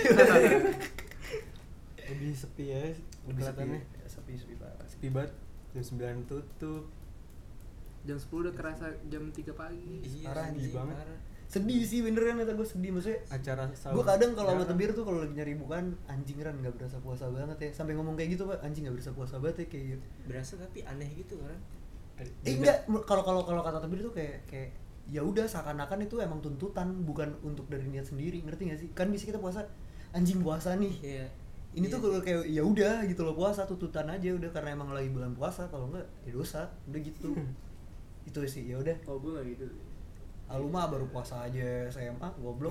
Lebih sepi ya. Lebih sepi. Kelihatannya. Ya, sepi sepi parah. Sepi banget. Jam sembilan tutup. Jam sepuluh udah kerasa jam tiga pagi. Iya, Parah, sedih anjing banget. parah. Sedih sih beneran kata gue sedih maksudnya. Acara sahur. Gue kadang kalau sama jarang. Tebir tuh kalau lagi nyari bukan anjing Ran nggak berasa puasa banget ya. Sampai ngomong kayak gitu Pak, anjing nggak berasa puasa banget ya kayak gitu. Berasa tapi aneh gitu kan. Eh enggak, kalau kalau kalau kata Tebir tuh kayak kayak ya udah seakan-akan itu emang tuntutan bukan untuk dari niat sendiri, ngerti gak sih? Kan bisa kita puasa anjing puasa nih. Iya. Ini Iya tuh kalau kayak ya udah gitu loh puasa tuntutan aja udah karena emang lagi bulan puasa kalau enggak ya dosa, udah gitu. Itu sih ya udah. Oh gue nggak gitu. Lu mah baru puasa aja S M A, goblok.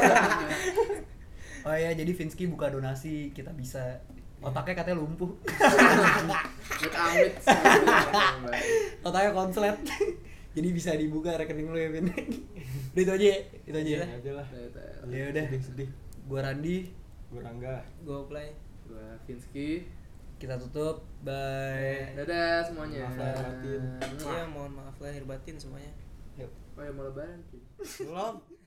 Oh ya, jadi Vinsky buka donasi, kita bisa. Otaknya katanya lumpuh. Amit amit. Otaknya konslet. Jadi bisa dibuka rekening lu ya, Vin. Udah itu aja, ya? Itu aja. Ya aja lah. Ya udah. Sedih-sedih. Gua Randi, Gue Rangga. Go play. Gue Vinsky. kita tutup. Bye. Dadah semuanya. Maaf lahir batin. Iya, mohon maaf lahir batin semuanya. Yuk. Oh ya mau lebaran. Ki. Belum.